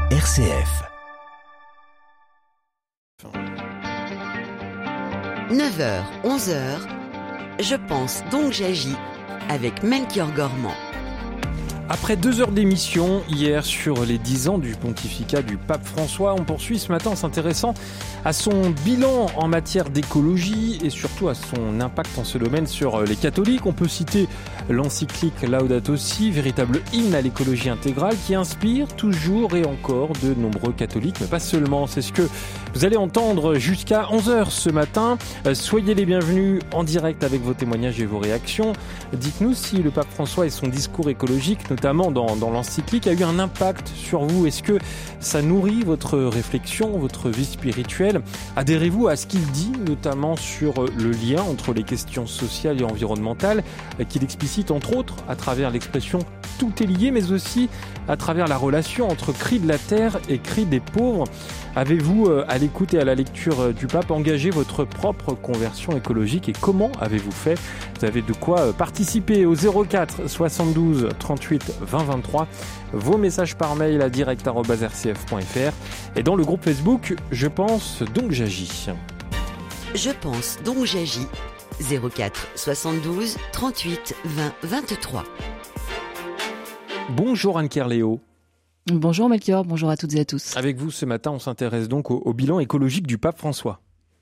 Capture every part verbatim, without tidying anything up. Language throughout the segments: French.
R C F. neuf heures, onze heures, je pense donc j'agis avec Melchior Gormand. Après deux heures d'émission, hier sur les dix ans du pontificat du pape François, on poursuit ce matin en s'intéressant à son bilan en matière d'écologie et surtout à son impact en ce domaine sur les catholiques. On peut citer l'encyclique Laudato Si, véritable hymne à l'écologie intégrale qui inspire toujours et encore de nombreux catholiques, mais pas seulement. C'est ce que vous allez entendre jusqu'à onze heures ce matin. Soyez les bienvenus en direct avec vos témoignages et vos réactions. Dites-nous si le pape François et son discours écologique, notamment dans, dans l'encyclique, a eu un impact sur vous. Est-ce que ça nourrit votre réflexion, votre vie spirituelle ? Adhérez-vous à ce qu'il dit, notamment sur le lien entre les questions sociales et environnementales, qu'il explicite entre autres à travers l'expression « tout est lié », mais aussi à travers la relation entre cri de la terre et cri des pauvres. Avez-vous, à l'écoute et à la lecture du pape, engagé votre propre conversion écologique et comment avez-vous fait ? Vous avez de quoi participer au zéro quatre soixante-douze trente-huit vingt vingt-trois. Vos messages par mail à direct arobase r c f point f r et dans le groupe Facebook « Je pense donc j'agis ». Je pense donc j'agis. zéro quatre soixante-douze trente-huit vingt vingt-trois. Bonjour Anne-Claire Léo. Bonjour Melchior, bonjour à toutes et à tous. Avec vous ce matin, on s'intéresse donc au, au bilan écologique du pape François.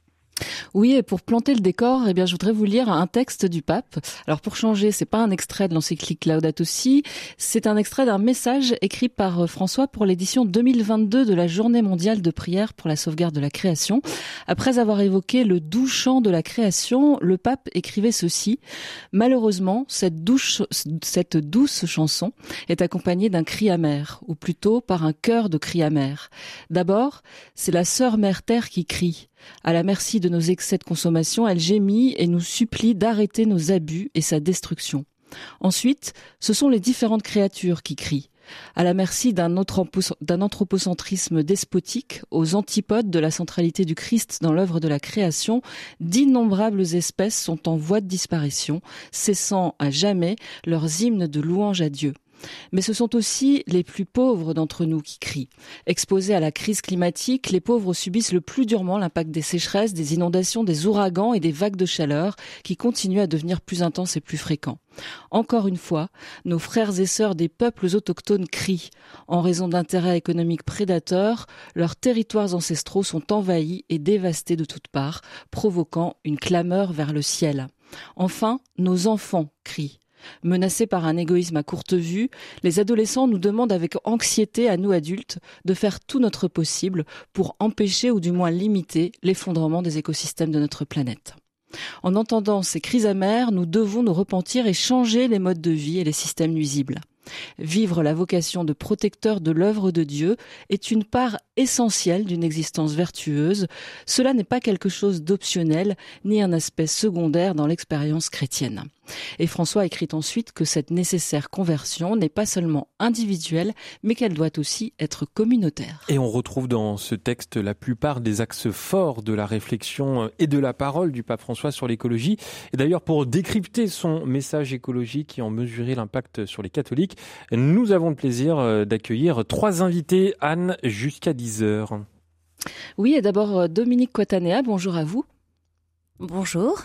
Oui, et pour planter le décor, eh bien, je voudrais vous lire un texte du pape. Alors, pour changer, c'est pas un extrait de l'encyclique Laudato Si, c'est un extrait d'un message écrit par François pour l'édition deux mille vingt-deux de la Journée mondiale de prière pour la sauvegarde de la création. Après avoir évoqué le doux chant de la création, le pape écrivait ceci. Malheureusement, cette douce, cette douce chanson est accompagnée d'un cri amer, ou plutôt par un chœur de cris amers. D'abord, c'est la sœur mère terre qui crie. À la merci de nos excès de consommation, elle gémit et nous supplie d'arrêter nos abus et sa destruction. Ensuite, ce sont les différentes créatures qui crient. À la merci d'un, d'un anthropocentrisme despotique, aux antipodes de la centralité du Christ dans l'œuvre de la création, d'innombrables espèces sont en voie de disparition, cessant à jamais leurs hymnes de louange à Dieu. Mais ce sont aussi les plus pauvres d'entre nous qui crient. Exposés à la crise climatique, les pauvres subissent le plus durement l'impact des sécheresses, des inondations, des ouragans et des vagues de chaleur qui continuent à devenir plus intenses et plus fréquents. Encore une fois, nos frères et sœurs des peuples autochtones crient. En raison d'intérêts économiques prédateurs, leurs territoires ancestraux sont envahis et dévastés de toutes parts, provoquant une clameur vers le ciel. Enfin, nos enfants crient. Menacés par un égoïsme à courte vue, les adolescents nous demandent avec anxiété à nous adultes de faire tout notre possible pour empêcher ou du moins limiter l'effondrement des écosystèmes de notre planète. En entendant ces cris amers, nous devons nous repentir et changer les modes de vie et les systèmes nuisibles. Vivre la vocation de protecteur de l'œuvre de Dieu est une part essentielle d'une existence vertueuse. Cela n'est pas quelque chose d'optionnel, ni un aspect secondaire dans l'expérience chrétienne. Et François écrit ensuite que cette nécessaire conversion n'est pas seulement individuelle, mais qu'elle doit aussi être communautaire. Et on retrouve dans ce texte la plupart des axes forts de la réflexion et de la parole du pape François sur l'écologie. Et d'ailleurs, pour décrypter son message écologique et en mesurer l'impact sur les catholiques, nous avons le plaisir d'accueillir trois invités. Anne, jusqu'à dix heures. Oui, et d'abord Dominique Coatanea, bonjour à vous. Bonjour.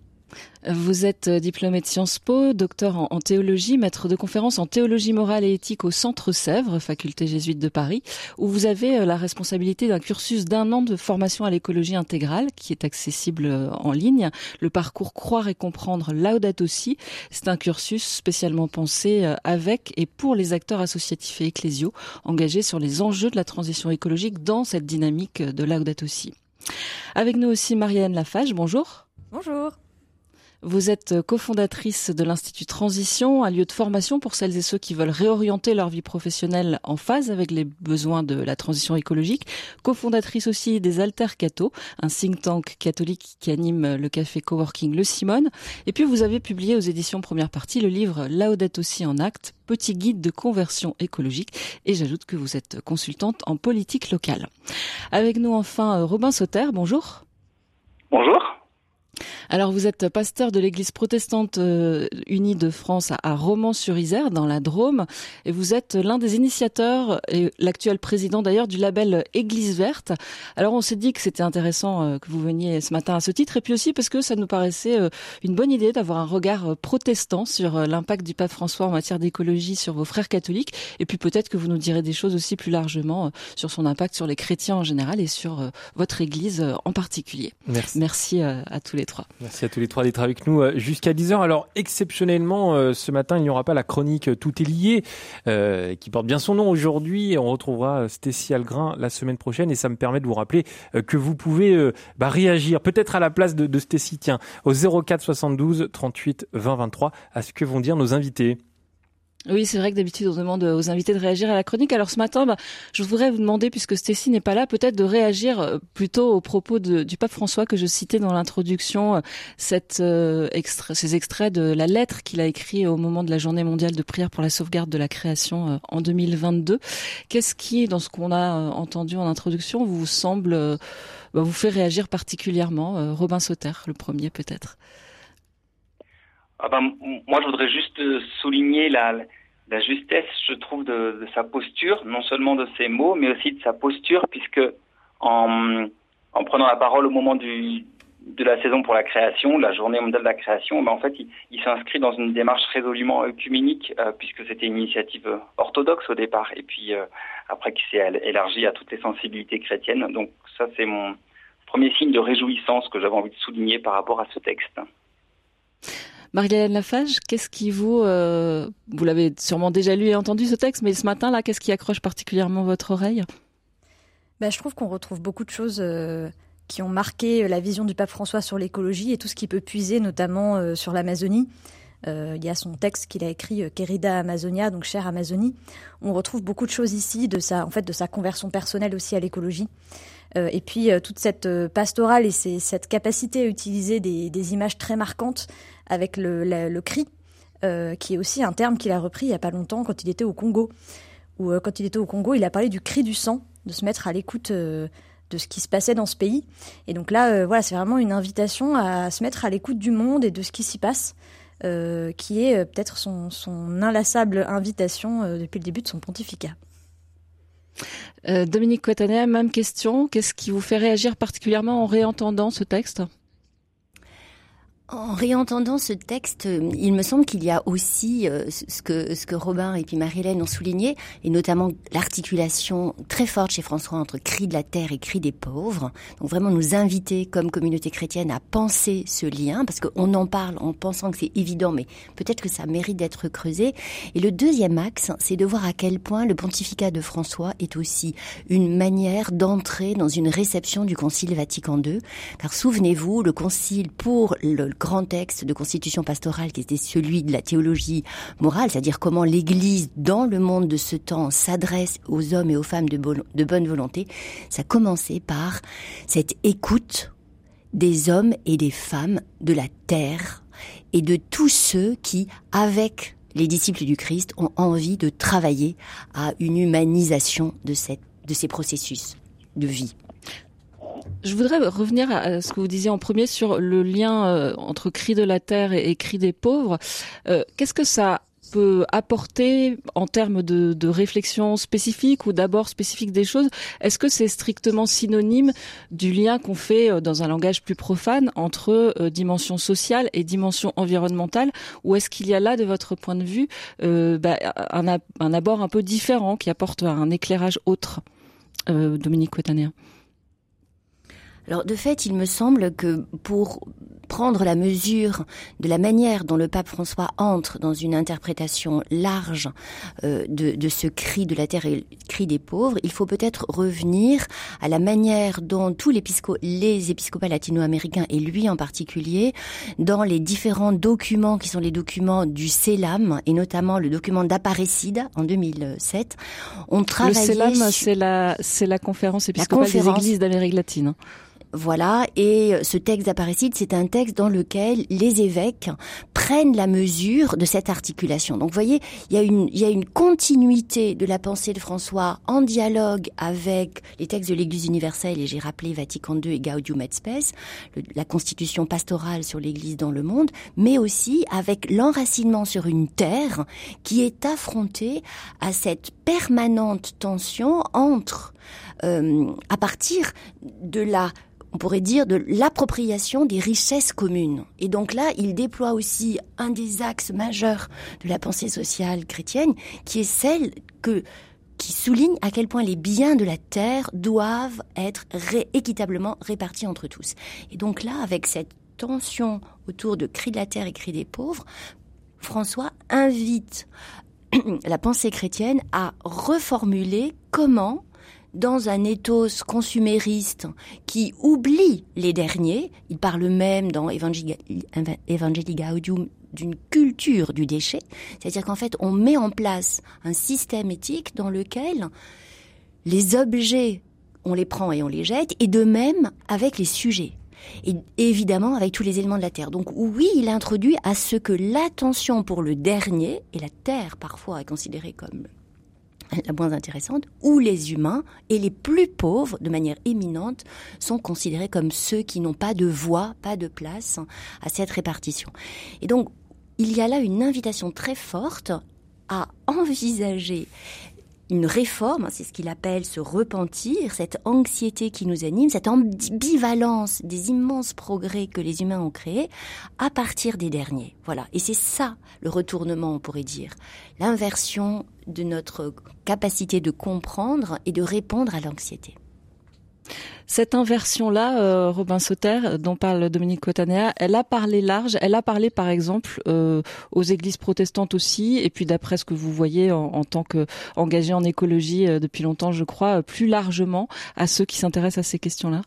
Vous êtes diplômé de Sciences Po, docteur en, en théologie, maître de conférences en théologie morale et éthique au Centre Sèvres, faculté jésuite de Paris, où vous avez la responsabilité d'un cursus d'un an de formation à l'écologie intégrale qui est accessible en ligne. Le parcours Croire et comprendre Laudato Si, c'est un cursus spécialement pensé avec et pour les acteurs associatifs et ecclésiaux engagés sur les enjeux de la transition écologique dans cette dynamique de Laudato Si. Avec nous aussi Marianne Lafage, bonjour. Bonjour. Vous êtes cofondatrice de l'Institut Transition, un lieu de formation pour celles et ceux qui veulent réorienter leur vie professionnelle en phase avec les besoins de la transition écologique. Cofondatrice aussi des Altercato, un think tank catholique qui anime le café coworking Le Simone. Et puis vous avez publié aux éditions Première Partie le livre Laudato Si en actes, petit guide de conversion écologique. Et j'ajoute que vous êtes consultante en politique locale. Avec nous enfin Robin Sauter, bonjour. Bonjour. Alors vous êtes pasteur de l'église protestante euh, unie de France à, à Romans-sur-Isère, dans la Drôme, et vous êtes l'un des initiateurs et l'actuel président d'ailleurs du label Église Verte. Alors on s'est dit que c'était intéressant euh, que vous veniez ce matin à ce titre, et puis aussi parce que ça nous paraissait euh, une bonne idée d'avoir un regard euh, protestant sur euh, l'impact du pape François en matière d'écologie sur vos frères catholiques, et puis peut-être que vous nous direz des choses aussi plus largement euh, sur son impact sur les chrétiens en général et sur euh, votre église euh, en particulier. Merci. Merci euh, à tous les trois. Merci à tous les trois d'être avec nous jusqu'à dix heures. Alors, exceptionnellement, ce matin, il n'y aura pas la chronique Tout est lié, euh, qui porte bien son nom aujourd'hui. On retrouvera Stécie Algrin la semaine prochaine et ça me permet de vous rappeler que vous pouvez euh, bah, réagir, peut-être à la place de, de Stécie, tiens, au zéro quatre soixante-douze trente-huit vingt vingt-trois, à ce que vont dire nos invités. Oui, c'est vrai que d'habitude, on demande aux invités de réagir à la chronique. Alors ce matin, bah, je voudrais vous demander, puisque Stécie n'est pas là, peut-être de réagir plutôt aux propos de, du pape François que je citais dans l'introduction, cette, euh, extra, ces extraits de la lettre qu'il a écrite au moment de la journée mondiale de prière pour la sauvegarde de la création euh, en deux mille vingt-deux. Qu'est-ce qui, dans ce qu'on a euh, entendu en introduction, vous semble, euh, bah, vous fait réagir particulièrement euh, Robin Sauter, le premier peut-être. Ah ben, moi, je voudrais juste souligner la, la justesse, je trouve, de, de sa posture, non seulement de ses mots, mais aussi de sa posture, puisque en, en prenant la parole au moment du, de la saison pour la création, la journée mondiale de la création, ben en fait, il, il s'inscrit dans une démarche résolument œcuménique, euh, puisque c'était une initiative orthodoxe au départ, et puis euh, après qui s'est élargie à toutes les sensibilités chrétiennes. Donc ça, c'est mon premier signe de réjouissance que j'avais envie de souligner par rapport à ce texte. Marie-Hélène Lafage, qu'est-ce qui vous, euh, vous l'avez sûrement déjà lu et entendu ce texte, mais ce matin là, qu'est-ce qui accroche particulièrement votre oreille ? Bah, je trouve qu'on retrouve beaucoup de choses euh, qui ont marqué la vision du pape François sur l'écologie et tout ce qui peut puiser notamment euh, sur l'Amazonie. Euh, il y a son texte qu'il a écrit euh, Querida Amazonia, donc chère Amazonie. On retrouve beaucoup de choses ici de sa, en fait, de sa conversion personnelle aussi à l'écologie. Euh, et puis euh, toute cette euh, pastorale et ces, cette capacité à utiliser des, des images très marquantes avec le, le, le cri, euh, qui est aussi un terme qu'il a repris il n'y a pas longtemps quand il était au Congo. Où, euh, quand il était au Congo, il a parlé du cri du sang, de se mettre à l'écoute euh, de ce qui se passait dans ce pays. Et donc là, euh, voilà, c'est vraiment une invitation à se mettre à l'écoute du monde et de ce qui s'y passe, euh, qui est euh, peut-être son, son inlassable invitation euh, depuis le début de son pontificat. Euh, Dominique Coetaner, même question. Qu'est-ce qui vous fait réagir particulièrement en réentendant ce texte ? En réentendant ce texte, il me semble qu'il y a aussi euh, ce que ce que Robin et puis Marie-Hélène ont souligné, et notamment l'articulation très forte chez François entre cri de la terre et cri des pauvres. Donc vraiment nous inviter comme communauté chrétienne à penser ce lien, parce qu'on en parle en pensant que c'est évident, mais peut-être que ça mérite d'être creusé. Et le deuxième axe, c'est de voir à quel point le pontificat de François est aussi une manière d'entrer dans une réception du Concile Vatican deux. Car souvenez-vous, le Concile, pour le grand texte de constitution pastorale qui était celui de la théologie morale, c'est-à-dire comment l'Église dans le monde de ce temps s'adresse aux hommes et aux femmes de, bo- de bonne volonté, ça commençait par cette écoute des hommes et des femmes de la terre et de tous ceux qui, avec les disciples du Christ, ont envie de travailler à une humanisation de, cette, de ces processus de vie. Je voudrais revenir à ce que vous disiez en premier sur le lien euh, entre cri de la terre et, et cri des pauvres. Euh, qu'est-ce que ça peut apporter en termes de, de réflexion spécifique ou d'abord spécifique des choses ? Est-ce que c'est strictement synonyme du lien qu'on fait dans un langage plus profane entre euh, dimension sociale et dimension environnementale, ou est-ce qu'il y a là, de votre point de vue, euh, bah, un, un abord un peu différent qui apporte un éclairage autre ? euh, Dominique Coetaner. Alors, de fait, il me semble que pour prendre la mesure de la manière dont le pape François entre dans une interprétation large euh, de, de ce cri de la terre et le cri des pauvres, il faut peut-être revenir à la manière dont tous les, épisco- les épiscopats latino-américains, et lui en particulier, dans les différents documents qui sont les documents du CELAM, et notamment le document d'Aparecida en deux mille sept, ont travaillé... Le CELAM, sur... c'est la, c'est la conférence épiscopale la conférence... des églises d'Amérique latine. Voilà, et ce texte d'Aparecide, c'est un texte dans lequel les évêques prennent la mesure de cette articulation. Donc vous voyez, il y a une, il y a une continuité de la pensée de François en dialogue avec les textes de l'Église universelle, et j'ai rappelé Vatican deux et Gaudium et Spes, le, la constitution pastorale sur l'Église dans le monde, mais aussi avec l'enracinement sur une terre qui est affrontée à cette permanente tension entre, euh, à partir de la on pourrait dire de l'appropriation des richesses communes. Et donc là, il déploie aussi un des axes majeurs de la pensée sociale chrétienne, qui est celle que, qui souligne à quel point les biens de la terre doivent être ré- équitablement répartis entre tous. Et donc là, avec cette tension autour de cri de la terre et cri des pauvres, François invite la pensée chrétienne à reformuler comment, dans un ethos consumériste qui oublie les derniers, il parle même dans Evangelii Gaudium d'une culture du déchet, c'est-à-dire qu'en fait on met en place un système éthique dans lequel les objets, on les prend et on les jette, et de même avec les sujets. Et évidemment avec tous les éléments de la terre. Donc oui, il introduit à ce que l'attention pour le dernier, et la terre parfois est considérée comme la moins intéressante, où les humains et les plus pauvres, de manière éminente, sont considérés comme ceux qui n'ont pas de voix, pas de place à cette répartition. Et donc, il y a là une invitation très forte à envisager une réforme, c'est ce qu'il appelle se repentir, cette anxiété qui nous anime, cette ambivalence des immenses progrès que les humains ont créés à partir des derniers. Voilà. Et c'est ça, le retournement, on pourrait dire. L'inversion de notre capacité de comprendre et de répondre à l'anxiété. Cette inversion-là, euh, Robin Sauter, dont parle Dominique Cotanea, elle a parlé large, elle a parlé par exemple euh, aux églises protestantes aussi, et puis d'après ce que vous voyez en, en tant qu'engagé en écologie euh, depuis longtemps, je crois, euh, plus largement à ceux qui s'intéressent à ces questions-là.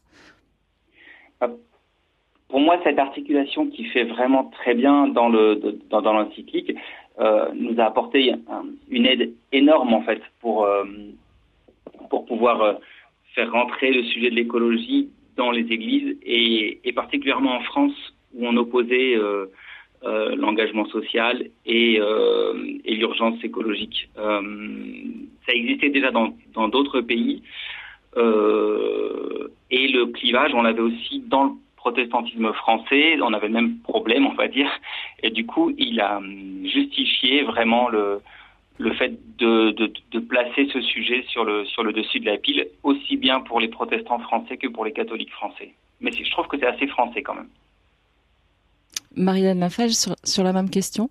Pour moi, cette articulation qui fait vraiment très bien dans le dans, dans l'encyclique euh, nous a apporté un, une aide énorme en fait pour euh, pour pouvoir euh, faire rentrer le sujet de l'écologie dans les églises et, et particulièrement en France où on opposait euh, euh, l'engagement social et, euh, et l'urgence écologique. Euh, ça existait déjà dans, dans d'autres pays euh, et le clivage, on l'avait aussi dans le protestantisme français, on avait le même problème, on va dire, et du coup, il a justifié vraiment le le fait de, de, de placer ce sujet sur le, sur le dessus de la pile, aussi bien pour les protestants français que pour les catholiques français. Mais je trouve que c'est assez français quand même. Marie-Hélène Lafage, sur, sur la même question.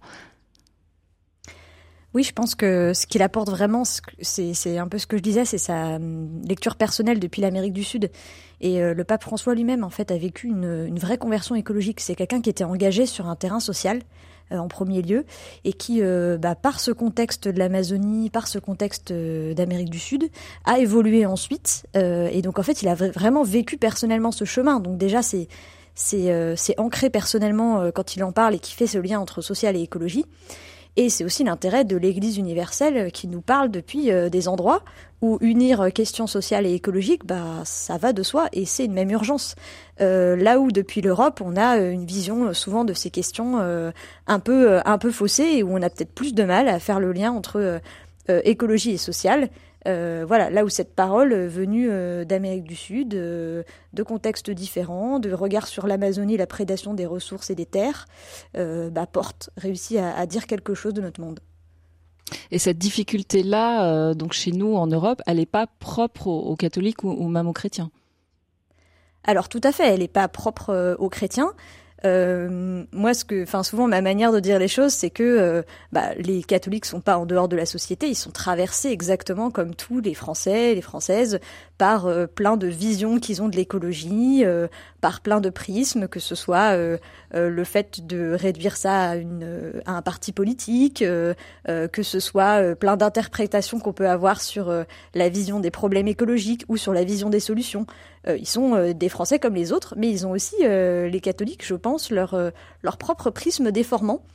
Oui, je pense que ce qu'il apporte vraiment, c'est, c'est un peu ce que je disais, c'est sa lecture personnelle depuis l'Amérique du Sud. Et euh, le pape François lui-même, en fait, a vécu une, une vraie conversion écologique. C'est quelqu'un qui était engagé sur un terrain social, euh, en premier lieu, et qui, euh, bah, par ce contexte de l'Amazonie, par ce contexte euh, d'Amérique du Sud, a évolué ensuite. Euh, et donc, en fait, il a v- vraiment vécu personnellement ce chemin. Donc déjà, c'est, c'est, euh, c'est ancré personnellement euh, quand il en parle et qui fait ce lien entre social et écologie. Et c'est aussi l'intérêt de l'Église universelle qui nous parle depuis euh, des endroits où unir questions sociales et écologiques, bah, ça va de soi et c'est une même urgence. Euh, là où depuis l'Europe, on a une vision souvent de ces questions euh, un peu euh, un peu faussée et où on a peut-être plus de mal à faire le lien entre euh, euh, écologie et social. Euh, voilà, là où cette parole venue euh, d'Amérique du Sud, euh, de contextes différents, de regard sur l'Amazonie, la prédation des ressources et des terres, euh, bah, porte, réussit à, à dire quelque chose de notre monde. Et cette difficulté-là, euh, donc chez nous en Europe, elle n'est pas propre aux, aux catholiques ou, ou même aux chrétiens. Alors tout à fait, elle n'est pas propre euh, aux chrétiens. Euh, moi, ce que, enfin, souvent, ma manière de dire les choses, c'est que euh, bah, les catholiques sont pas en dehors de la société, ils sont traversés exactement comme tous les Français, les Françaises, par euh, plein de visions qu'ils ont de l'écologie, euh, par plein de prismes, que ce soit euh, euh, le fait de réduire ça à, une, à un parti politique, euh, euh, que ce soit euh, plein d'interprétations qu'on peut avoir sur euh, la vision des problèmes écologiques ou sur la vision des solutions. Euh, ils sont euh, des Français comme les autres, mais ils ont aussi, euh, les catholiques, je pense, leur, euh, leur propre prisme déformant.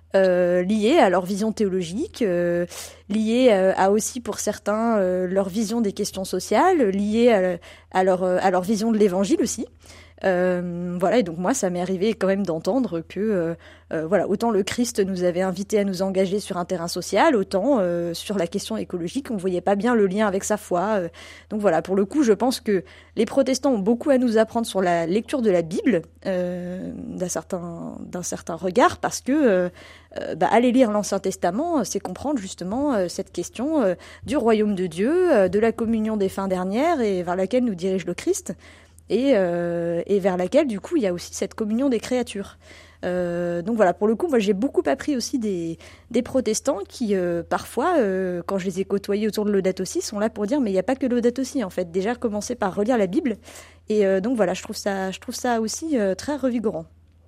euh, liées à leur vision théologique, euh, liées euh, à aussi pour certains euh, leur vision des questions sociales, liées à, à leur à leur vision de l'Évangile aussi. Euh, voilà, et donc moi, ça m'est arrivé quand même d'entendre que, euh, euh, voilà, autant le Christ nous avait invités à nous engager sur un terrain social, autant euh, sur la question écologique, on voyait pas bien le lien avec sa foi. Euh, donc voilà, pour le coup, je pense que les protestants ont beaucoup à nous apprendre sur la lecture de la Bible, euh, d'un certain, d'un certain regard, parce que euh, euh, bah, aller lire l'Ancien Testament, c'est comprendre justement euh, cette question euh, du royaume de Dieu, euh, de la communion des fins dernières et vers laquelle nous dirige le Christ. Et, euh, et vers laquelle, du coup, il y a aussi cette communion des créatures. Euh, donc voilà, pour le coup, moi, j'ai beaucoup appris aussi des, des protestants qui, euh, parfois, euh, quand je les ai côtoyés autour de Laudato Si, sont là pour dire, mais il n'y a pas que Laudato Si, en fait. Déjà, commencer par relire la Bible. Et euh, donc voilà, je trouve ça, je trouve ça aussi euh, très revigorant.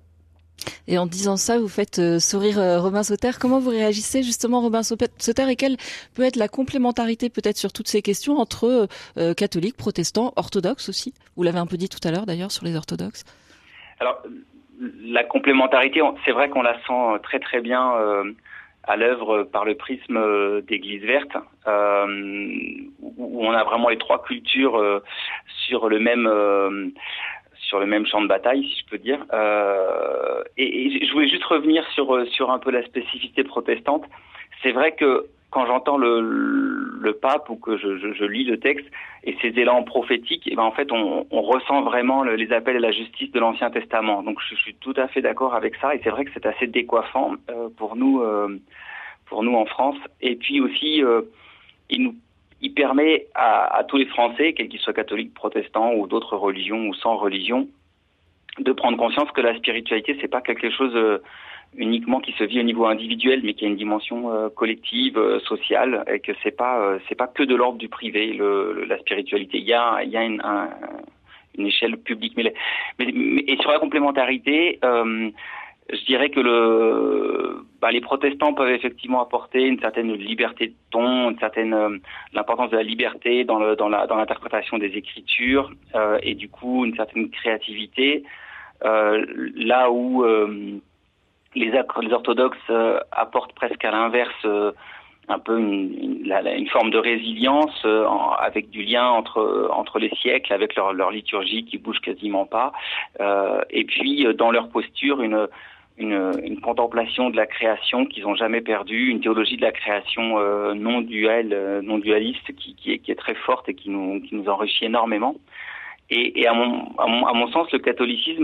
Et en disant ça, vous faites euh, sourire euh, Robin Sauter. Comment vous réagissez justement, Robin Sauter, et quelle peut être la complémentarité peut-être sur toutes ces questions entre euh, catholiques, protestants, orthodoxes aussi? Vous l'avez un peu dit tout à l'heure d'ailleurs sur les orthodoxes. Alors, la complémentarité, c'est vrai qu'on la sent très très bien euh, à l'œuvre par le prisme euh, d'Église verte, euh, où on a vraiment les trois cultures euh, sur le même... Euh, sur le même champ de bataille, si je peux dire. Euh, et, et je voulais juste revenir sur sur un peu la spécificité protestante. C'est vrai que quand j'entends le, le pape ou que je, je, je lis le texte et ses élans prophétiques, et ben en fait on, on ressent vraiment le, les appels à la justice de l'Ancien Testament. Donc je, je suis tout à fait d'accord avec ça. Et c'est vrai que c'est assez décoiffant euh, pour nous euh, pour nous en France. Et puis aussi euh, il nous Il permet à, à tous les Français, quels qu'ils soient catholiques, protestants ou d'autres religions ou sans religion, de prendre conscience que la spiritualité, c'est pas quelque chose euh, uniquement qui se vit au niveau individuel, mais qui a une dimension euh, collective, euh, sociale, et que c'est pas euh, c'est pas que de l'ordre du privé. Le, le, la spiritualité, il y a il y a une, un, une échelle publique, mais, mais, mais et sur la complémentarité. Euh, Je dirais que le, bah, les protestants peuvent effectivement apporter une certaine liberté de ton, une certaine euh, l'importance de la liberté dans le dans la dans l'interprétation des Écritures euh, et du coup une certaine créativité. Euh, là où euh, les, les orthodoxes euh, apportent presque à l'inverse euh, un peu une, une, la, une forme de résilience euh, en, avec du lien entre entre les siècles, avec leur leur liturgie qui bouge quasiment pas, euh, et puis euh, dans leur posture une Une, une contemplation de la création qu'ils n'ont jamais perdue, une théologie de la création euh, non duelle, euh, non dualiste, qui, qui, est, qui est très forte et qui nous, qui nous enrichit énormément. Et, et à, mon, à, mon, à mon sens, le catholicisme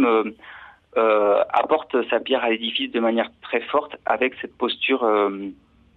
euh, apporte sa pierre à l'édifice de manière très forte avec cette posture euh,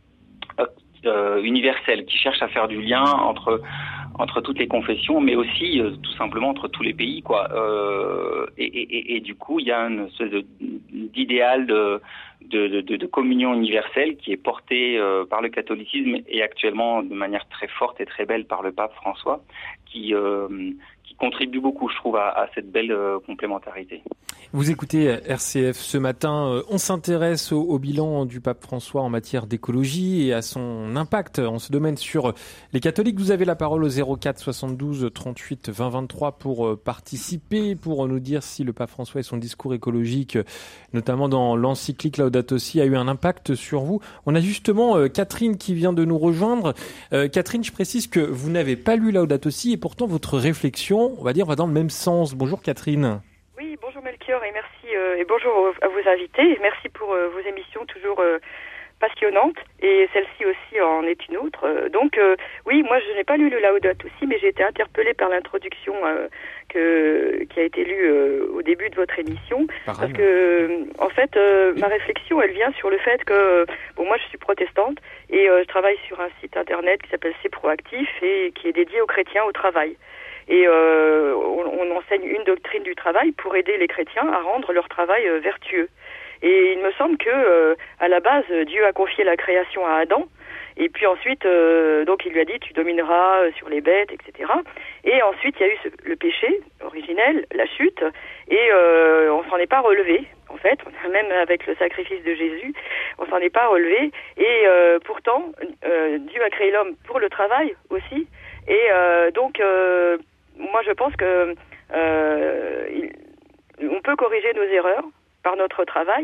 euh, universelle qui cherche à faire du lien entre entre toutes les confessions, mais aussi euh, tout simplement entre tous les pays, quoi. Euh, et, et, et du coup, il y a une espèce de, d'idéal de, de, de, de communion universelle qui est porté euh, par le catholicisme et actuellement de manière très forte et très belle par le pape François, qui euh, qui contribue beaucoup, je trouve, à, à cette belle euh, complémentarité. Vous écoutez R C F ce matin. On s'intéresse au, au bilan du pape François en matière d'écologie et à son impact en ce domaine sur les catholiques. Vous avez la parole au zéro quatre soixante-douze trente-huit vingt vingt-trois pour participer, pour nous dire si le pape François et son discours écologique, notamment dans l'encyclique Laudato Si, a eu un impact sur vous. On a justement euh, Catherine qui vient de nous rejoindre. Euh, Catherine, je précise que vous n'avez pas lu Laudato Si et pourtant votre réflexion, on va dire, va dans le même sens. Bonjour Catherine. Oui, bonjour Melchior et merci euh, et bonjour à vos invités. Merci pour euh, vos émissions toujours euh, passionnantes et celle-ci aussi en est une autre. Euh, donc euh, oui, moi je n'ai pas lu le Laudato Si, mais j'ai été interpellée par l'introduction euh, que qui a été lue euh, au début de votre émission, Pareil. parce que euh, en fait euh, ma réflexion elle vient sur le fait que bon moi je suis protestante et euh, je travaille sur un site internet qui s'appelle C'est Proactif et qui est dédié aux chrétiens au travail. Et euh, on, on enseigne une doctrine du travail pour aider les chrétiens à rendre leur travail euh, vertueux. Et il me semble que, euh, à la base, Dieu a confié la création à Adam. Et puis ensuite, euh, donc il lui a dit, tu domineras sur les bêtes, et cetera. Et ensuite, il y a eu ce, le péché originel, la chute, et euh, on s'en est pas relevé. En fait, même avec le sacrifice de Jésus, on s'en est pas relevé. Et euh, pourtant, euh, Dieu a créé l'homme pour le travail aussi. Et euh, donc, euh, moi, je pense que euh, il, on peut corriger nos erreurs par notre travail.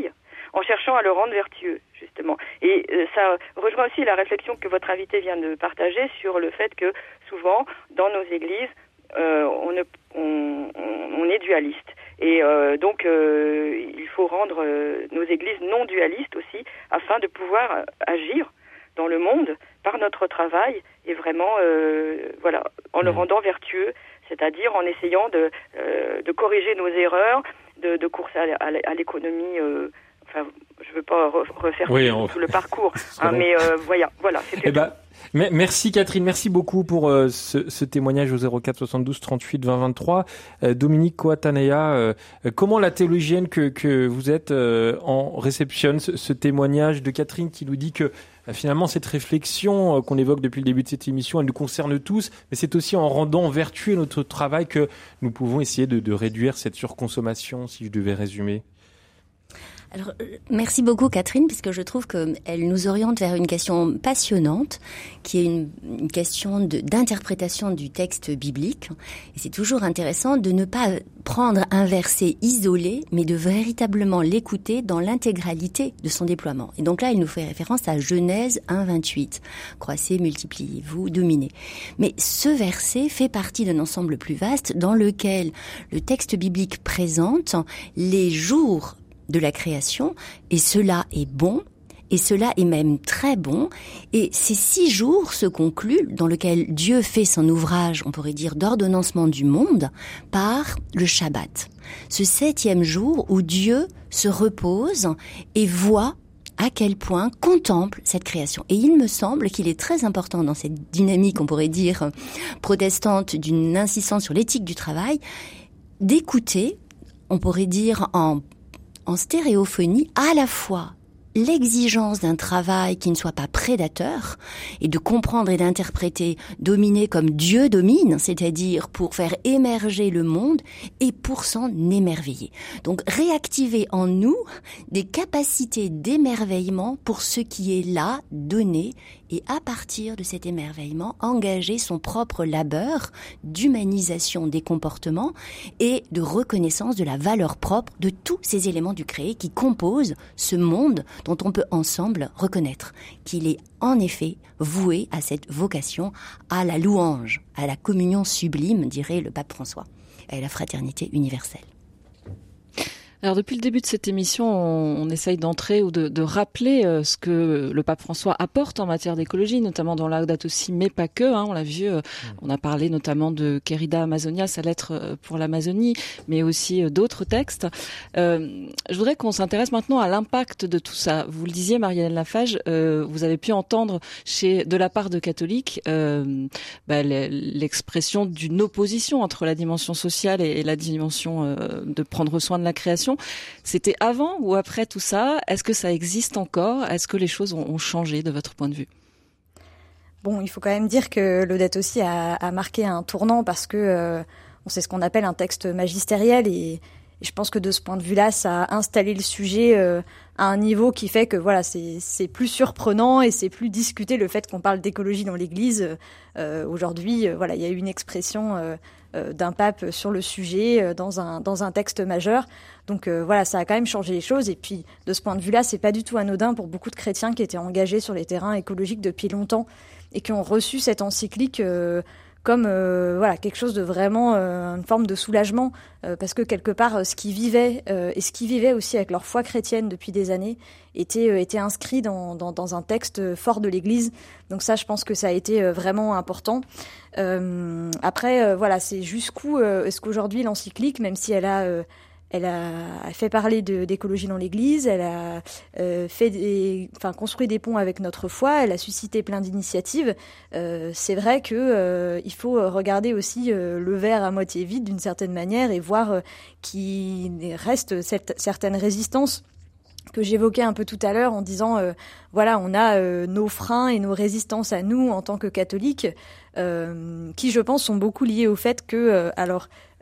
en cherchant à le rendre vertueux, justement. Et euh, ça rejoint aussi la réflexion que votre invité vient de partager sur le fait que souvent, dans nos églises, euh, on, ne, on, on, on est dualiste. Et euh, donc, euh, il faut rendre euh, nos églises non dualistes aussi, afin de pouvoir agir dans le monde par notre travail et vraiment, euh, voilà, en le rendant vertueux, c'est-à-dire en essayant de, euh, de corriger nos erreurs, de, de course à, à, à l'économie. Euh, enfin, je veux pas refaire oui, tout, on... tout le parcours, hein, mais euh, voilà, voilà. Eh ben, merci Catherine, merci beaucoup pour euh, ce, ce témoignage au zéro quatre soixante-douze trente-huit vingt vingt-trois. Euh, Dominique Coatanea, euh, comment la théologienne que, que vous êtes euh, en réceptionne ce, ce témoignage de Catherine qui nous dit que euh, finalement cette réflexion euh, qu'on évoque depuis le début de cette émission, elle nous concerne tous, mais c'est aussi en rendant vertueux notre travail que nous pouvons essayer de, de réduire cette surconsommation, si je devais résumer. Alors, merci beaucoup Catherine, puisque je trouve qu'elle nous oriente vers une question passionnante, qui est une, une question de, d'interprétation du texte biblique. Et c'est toujours intéressant de ne pas prendre un verset isolé, mais de véritablement l'écouter dans l'intégralité de son déploiement. Et donc là, il nous fait référence à Genèse un vingt-huit. Croissez, multipliez-vous, dominez. Mais ce verset fait partie d'un ensemble plus vaste dans lequel le texte biblique présente les jours de la création, et cela est bon, et cela est même très bon, et ces six jours se concluent, dans lequel Dieu fait son ouvrage, on pourrait dire, d'ordonnancement du monde, par le Shabbat. Ce septième jour où Dieu se repose et voit à quel point contemple cette création. Et il me semble qu'il est très important dans cette dynamique, on pourrait dire, protestante, d'une insistance sur l'éthique du travail, d'écouter, on pourrait dire en en stéréophonie, à la fois l'exigence d'un travail qui ne soit pas prédateur et de comprendre et d'interpréter dominer comme Dieu domine, c'est-à-dire pour faire émerger le monde et pour s'en émerveiller. Donc réactiver en nous des capacités d'émerveillement pour ce qui est là, donné, et à partir de cet émerveillement, engager son propre labeur d'humanisation des comportements et de reconnaissance de la valeur propre de tous ces éléments du créé qui composent ce monde dont on peut ensemble reconnaître qu'il est en effet voué à cette vocation, à la louange, à la communion sublime, dirait le pape François, et à la fraternité universelle. Alors depuis le début de cette émission, on, on essaye d'entrer ou de, de rappeler euh, ce que le pape François apporte en matière d'écologie, notamment dans Laudato Si, mais pas que. Hein, on l'a vu, euh, on a parlé notamment de Querida Amazonia, sa lettre pour l'Amazonie, mais aussi euh, d'autres textes. Euh, je voudrais qu'on s'intéresse maintenant à l'impact de tout ça. Vous le disiez, Marielle Lafage, euh, vous avez pu entendre chez, de la part de catholiques euh, bah, l'expression d'une opposition entre la dimension sociale et, et la dimension euh, de prendre soin de la création. C'était avant ou après tout ça? Est-ce que ça existe encore? Est-ce que les choses ont, ont changé de votre point de vue? Bon, il faut quand même dire que Laudato Si a, a marqué un tournant parce que euh, on sait ce qu'on appelle un texte magistériel et, et je pense que de ce point de vue-là, ça a installé le sujet euh, à un niveau qui fait que voilà, c'est, c'est plus surprenant et c'est plus discuté le fait qu'on parle d'écologie dans l'Église. Euh, aujourd'hui, euh, voilà, il y a eu une expression euh, euh, d'un pape sur le sujet euh, dans un dans un texte majeur. Donc euh, voilà, ça a quand même changé les choses. Et puis de ce point de vue-là, c'est pas du tout anodin pour beaucoup de chrétiens qui étaient engagés sur les terrains écologiques depuis longtemps et qui ont reçu cette encyclique euh, comme euh, voilà quelque chose de vraiment euh, une forme de soulagement euh, parce que quelque part euh, ce qu'ils vivaient euh, et ce qu'ils vivaient aussi avec leur foi chrétienne depuis des années était euh, était inscrit dans, dans dans un texte fort de l'Église. Donc ça, je pense que ça a été euh, vraiment important. Euh, après euh, voilà, c'est jusqu'où euh, est-ce qu'aujourd'hui l'encyclique, même si elle a euh, Elle a fait parler de, d'écologie dans l'Église, elle a euh, fait des, enfin, construit des ponts avec notre foi, elle a suscité plein d'initiatives. Euh, c'est vrai que euh, il faut regarder aussi euh, le verre à moitié vide d'une certaine manière et voir euh, qu'il reste cette, certaines résistances que j'évoquais un peu tout à l'heure en disant euh, voilà, on a euh, nos freins et nos résistances à nous en tant que catholiques euh, qui, je pense, sont beaucoup liés au fait que euh, alors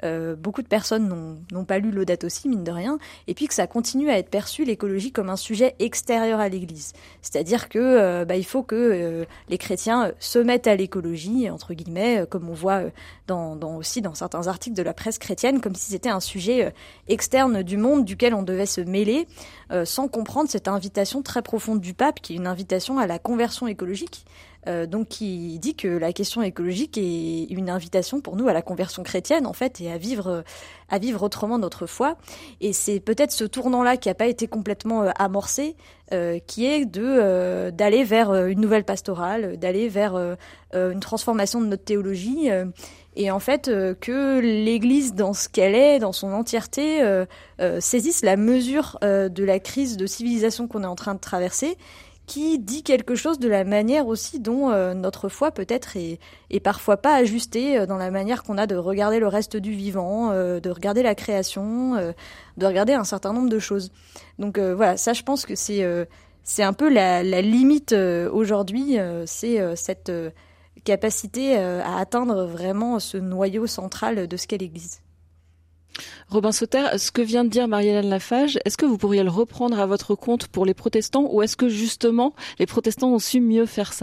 euh, beaucoup de personnes n'ont, n'ont pas lu Laudato Si, mine de rien, et puis que ça continue à être perçu, l'écologie, comme un sujet extérieur à l'Église. C'est-à-dire que euh, bah, il faut que euh, les chrétiens se mettent à l'écologie, entre guillemets, euh, comme on voit euh, dans, dans aussi dans certains articles de la presse chrétienne, comme si c'était un sujet euh, externe du monde duquel on devait se mêler, euh, sans comprendre cette invitation très profonde du pape, qui est une invitation à la conversion écologique. Euh, donc qui dit que la question écologique est une invitation pour nous à la conversion chrétienne en fait et à vivre à vivre autrement notre foi. Et c'est peut-être ce tournant-là qui n'a pas été complètement euh, amorcé, euh, qui est de euh, d'aller vers une nouvelle pastorale, d'aller vers euh, une transformation de notre théologie. Euh, et en fait euh, que l'Église dans ce qu'elle est, dans son entièreté, euh, euh, saisisse la mesure euh, de la crise de civilisation qu'on est en train de traverser, qui dit quelque chose de la manière aussi dont euh, notre foi peut-être est, est parfois pas ajustée euh, dans la manière qu'on a de regarder le reste du vivant, euh, de regarder la création, euh, de regarder un certain nombre de choses. Donc euh, voilà, ça je pense que c'est euh, c'est un peu la, la limite euh, aujourd'hui, euh, c'est euh, cette euh, capacité euh, à atteindre vraiment ce noyau central de ce qu'est l'Église. Robin Sauter, ce que vient de dire Marie-Hélène Lafage, est-ce que vous pourriez le reprendre à votre compte pour les protestants ou est-ce que justement les protestants ont su mieux faire ça ?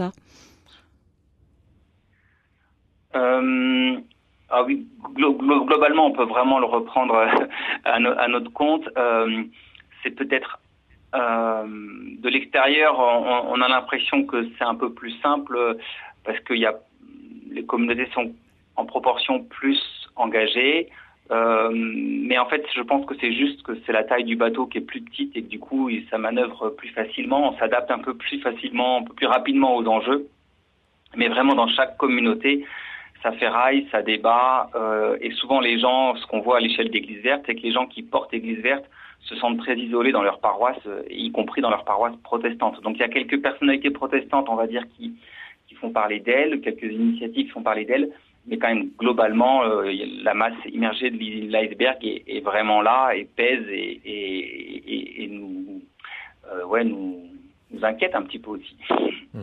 euh, Ah oui, glo- glo- globalement on peut vraiment le reprendre à, no- à notre compte. Euh, c'est peut-être euh, de l'extérieur, on, on a l'impression que c'est un peu plus simple parce que y a, les communautés sont en proportion plus engagées. Euh, mais en fait, je pense que c'est juste que c'est la taille du bateau qui est plus petite et que du coup, ça manœuvre plus facilement, on s'adapte un peu plus facilement, un peu plus rapidement aux enjeux. Mais vraiment, dans chaque communauté, ça ferraille, ça débat. Euh, et souvent, les gens, ce qu'on voit à l'échelle d'Église Verte, c'est que les gens qui portent Église Verte se sentent très isolés dans leur paroisse, y compris dans leur paroisse protestante. Donc, il y a quelques personnalités protestantes, on va dire, qui, qui font parler d'elles, quelques initiatives qui font parler d'elles. Mais quand même, globalement, euh, la masse immergée de l'iceberg est, est vraiment là et pèse et, et, et, et nous, euh, ouais, nous, nous inquiète un petit peu aussi. Mmh.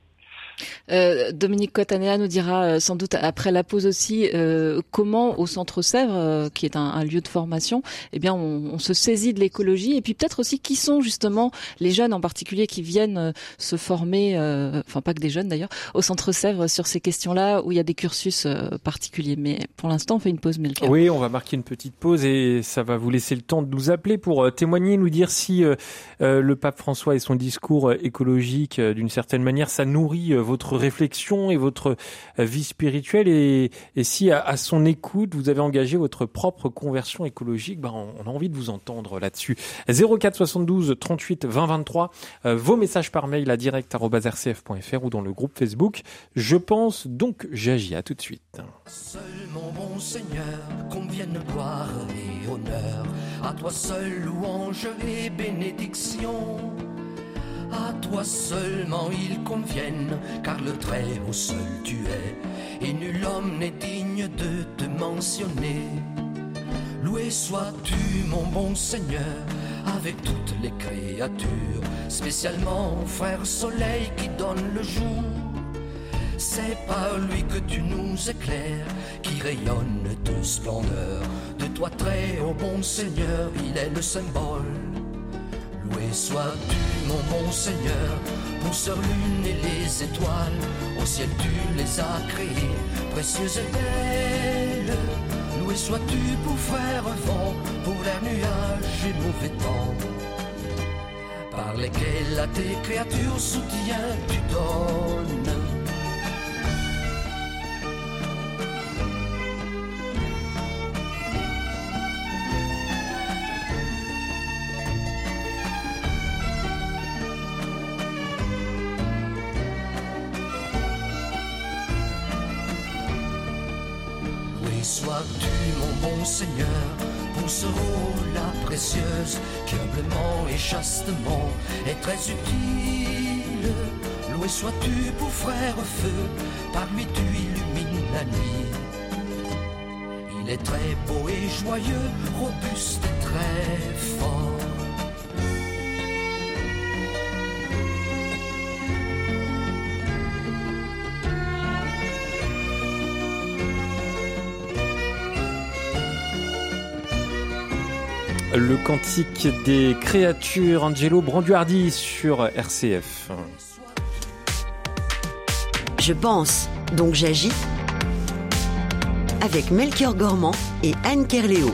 Euh, Dominique Cotanea nous dira euh, sans doute après la pause aussi euh, comment au Centre Sèvres, euh, qui est un, un lieu de formation, eh bien on, on se saisit de l'écologie et puis peut-être aussi qui sont justement les jeunes en particulier qui viennent euh, se former, euh, enfin pas que des jeunes d'ailleurs, au Centre Sèvres sur ces questions-là où il y a des cursus euh, particuliers. Mais pour l'instant on fait une pause, Melchior. Oui, on va marquer une petite pause et ça va vous laisser le temps de nous appeler pour euh, témoigner, nous dire si euh, euh, le pape François et son discours euh, écologique euh, d'une certaine manière ça nourrit euh, votre réflexion et votre vie spirituelle et, et si à, à son écoute vous avez engagé votre propre conversion écologique, ben on, on a envie de vous entendre là-dessus. zéro quatre soixante-douze trente-huit vingt vingt-trois, euh, vos messages par mail à direct arobase r c f point f r ou dans le groupe Facebook. Je pense donc j'agis. À tout de suite. Seul mon bon Seigneur, combien de gloire et honneur, à toi seul louange et bénédiction. À toi seulement ils conviennent, car le Très-Haut seul tu es, et nul homme n'est digne de te mentionner. Loué sois-tu mon bon Seigneur, avec toutes les créatures, spécialement frère soleil qui donne le jour. C'est par lui que tu nous éclaires, qui rayonne de splendeur. De toi très haut bon Seigneur, il est le symbole. Loué sois-tu mon bon Seigneur, pour sœur lune et les étoiles, au ciel tu les as créées, précieuses et belles. Loué sois-tu pour frère vent, pour l'air nuage et mauvais temps, par lesquels à tes créatures soutien tu donnes. Sois-tu mon bon Seigneur, pour ce rôle-là précieuse, qui humblement et chastement est très utile. Loué sois-tu pour frère feu, par lui tu illumines la nuit. Il est très beau et joyeux, robuste et très fort. le cantique des créatures, Angelo Branduardi sur R C F. Je pense, donc j'agis, avec Melchior Gormand et Anne Kerléo.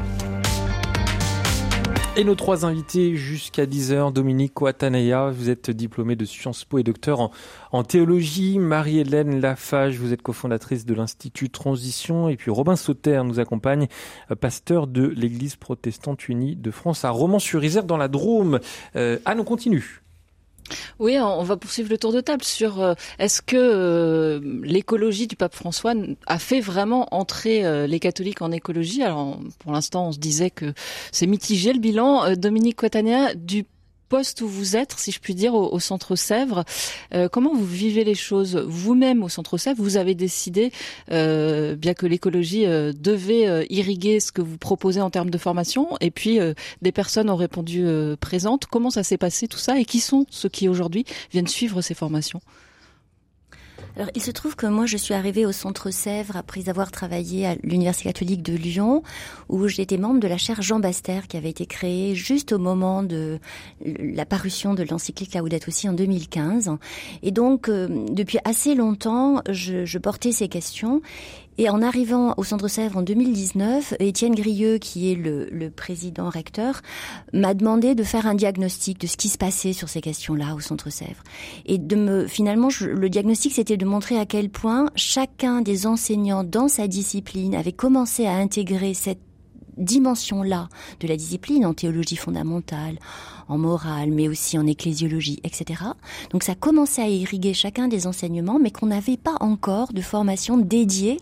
Et nos trois invités jusqu'à dix heures, Dominique Coatanaya, vous êtes diplômée de Sciences Po et docteur en, en théologie. Marie-Hélène Lafage, vous êtes cofondatrice de l'Institut Transition. Et puis Robin Sauter nous accompagne, pasteur de l'Église protestante unie de France à Romans-sur-Isère dans la Drôme. Euh, Anne, on continue. Oui, on va poursuivre le tour de table sur euh, est-ce que euh, l'écologie du pape François a fait vraiment entrer euh, les catholiques en écologie. Alors pour l'instant, on se disait que c'est mitigé le bilan. Euh, Dominique Coatanaya, du poste où vous êtes, si je puis dire, au, au Centre Sèvres, euh, comment vous vivez les choses vous-même au Centre Sèvres? Vous avez décidé, euh, bien que l'écologie euh, devait euh, irriguer ce que vous proposez en termes de formation, et puis euh, des personnes ont répondu euh, présentes. Comment ça s'est passé tout ça, et qui sont ceux qui aujourd'hui viennent suivre ces formations? Alors, il se trouve que moi, je suis arrivée au Centre Sèvres après avoir travaillé à l'Université catholique de Lyon, où j'étais membre de la chaire Jean Baster, qui avait été créée juste au moment de la parution de l'encyclique Laudato Si en deux mille quinze. Et donc, euh, depuis assez longtemps, je, je portais ces questions. Et en arrivant au Centre Sèvres en deux mille dix-neuf, Étienne Grieux, qui est le, le président recteur, m'a demandé de faire un diagnostic de ce qui se passait sur ces questions-là au Centre Sèvres. Et de me, finalement, je, le diagnostic, c'était de montrer à quel point chacun des enseignants dans sa discipline avait commencé à intégrer cette dimension-là de la discipline en théologie fondamentale, en morale, mais aussi en ecclésiologie, et cetera. Donc ça commençait à irriguer chacun des enseignements, mais qu'on n'avait pas encore de formation dédiée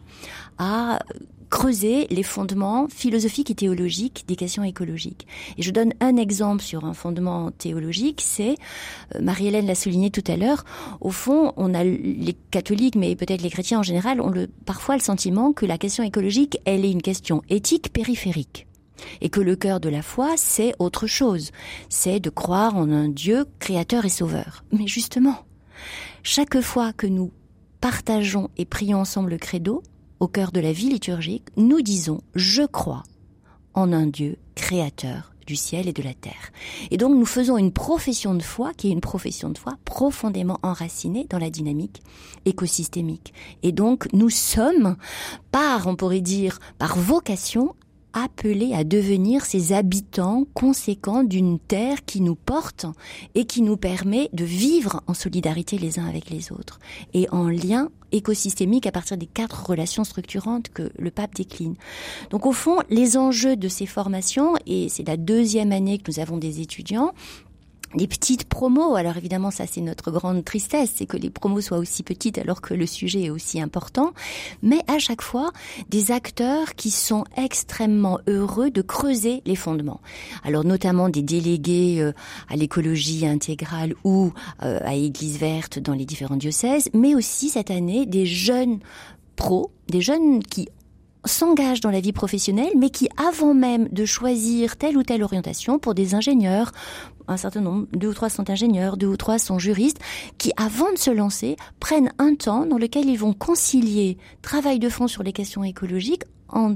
à creuser les fondements philosophiques et théologiques des questions écologiques. Et je donne un exemple sur un fondement théologique, c'est, euh, Marie-Hélène l'a souligné tout à l'heure, au fond, on a les catholiques, mais peut-être les chrétiens en général, ont le, parfois le sentiment que la question écologique, elle est une question éthique périphérique. Et que le cœur de la foi, c'est autre chose. C'est de croire en un Dieu créateur et sauveur. Mais justement, chaque fois que nous partageons et prions ensemble le credo, au cœur de la vie liturgique, nous disons « Je crois en un Dieu créateur du ciel et de la terre ». Et donc nous faisons une profession de foi qui est une profession de foi profondément enracinée dans la dynamique écosystémique. Et donc nous sommes, par, on pourrait dire, par vocation, appelés à devenir ces habitants conséquents d'une terre qui nous porte et qui nous permet de vivre en solidarité les uns avec les autres et en lien écosystémique à partir des quatre relations structurantes que le pape décline. Donc au fond, les enjeux de ces formations, et c'est la deuxième année que nous avons des étudiants, des petites promos, alors évidemment ça c'est notre grande tristesse, c'est que les promos soient aussi petites alors que le sujet est aussi important, mais à chaque fois des acteurs qui sont extrêmement heureux de creuser les fondements. Alors notamment des délégués euh, à l'écologie intégrale ou euh, à Église verte dans les différents diocèses, mais aussi cette année des jeunes pros, des jeunes qui s'engagent dans la vie professionnelle, mais qui, avant même de choisir telle ou telle orientation, pour des ingénieurs, un certain nombre, deux ou trois sont ingénieurs, deux ou trois sont juristes, qui, avant de se lancer, prennent un temps dans lequel ils vont concilier travail de fond sur les questions écologiques en,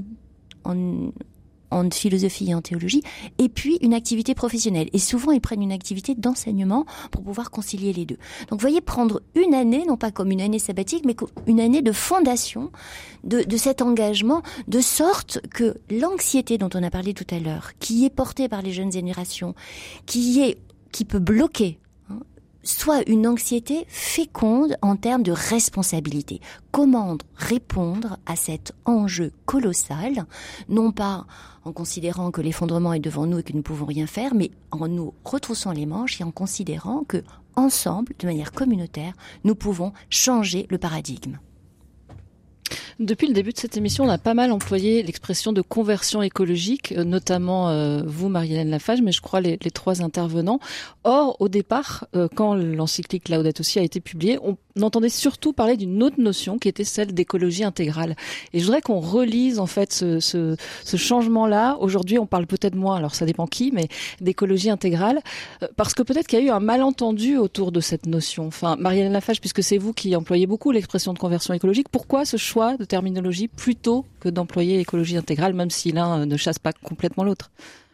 en, en philosophie et en théologie, et puis une activité professionnelle. Et souvent, ils prennent une activité d'enseignement pour pouvoir concilier les deux. Donc, vous voyez, prendre une année, non pas comme une année sabbatique, mais comme une année de fondation de, de cet engagement, de sorte que l'anxiété dont on a parlé tout à l'heure, qui est portée par les jeunes générations, qui est, qui peut bloquer, hein, soit une anxiété féconde en termes de responsabilité. Comment répondre à cet enjeu colossal, non pas en considérant que l'effondrement est devant nous et que nous ne pouvons rien faire, mais en nous retroussant les manches et en considérant que, ensemble, de manière communautaire, nous pouvons changer le paradigme. Depuis le début de cette émission, on a pas mal employé l'expression de conversion écologique, notamment euh, vous, Marie-Hélène Lafage, mais je crois les, les trois intervenants. Or, au départ, euh, quand l'encyclique Laudato Si a été publiée, on entendait surtout parler d'une autre notion qui était celle d'écologie intégrale. Et je voudrais qu'on relise en fait ce, ce, ce changement-là. Aujourd'hui, on parle peut-être moins, alors ça dépend qui, mais d'écologie intégrale, euh, parce que peut-être qu'il y a eu un malentendu autour de cette notion. Enfin, Marie-Hélène Lafage, puisque c'est vous qui employez beaucoup l'expression de conversion écologique, pourquoi ce choix de terminologie plutôt que d'employer écologie intégrale, même si l'un ne chasse pas complètement l'autre?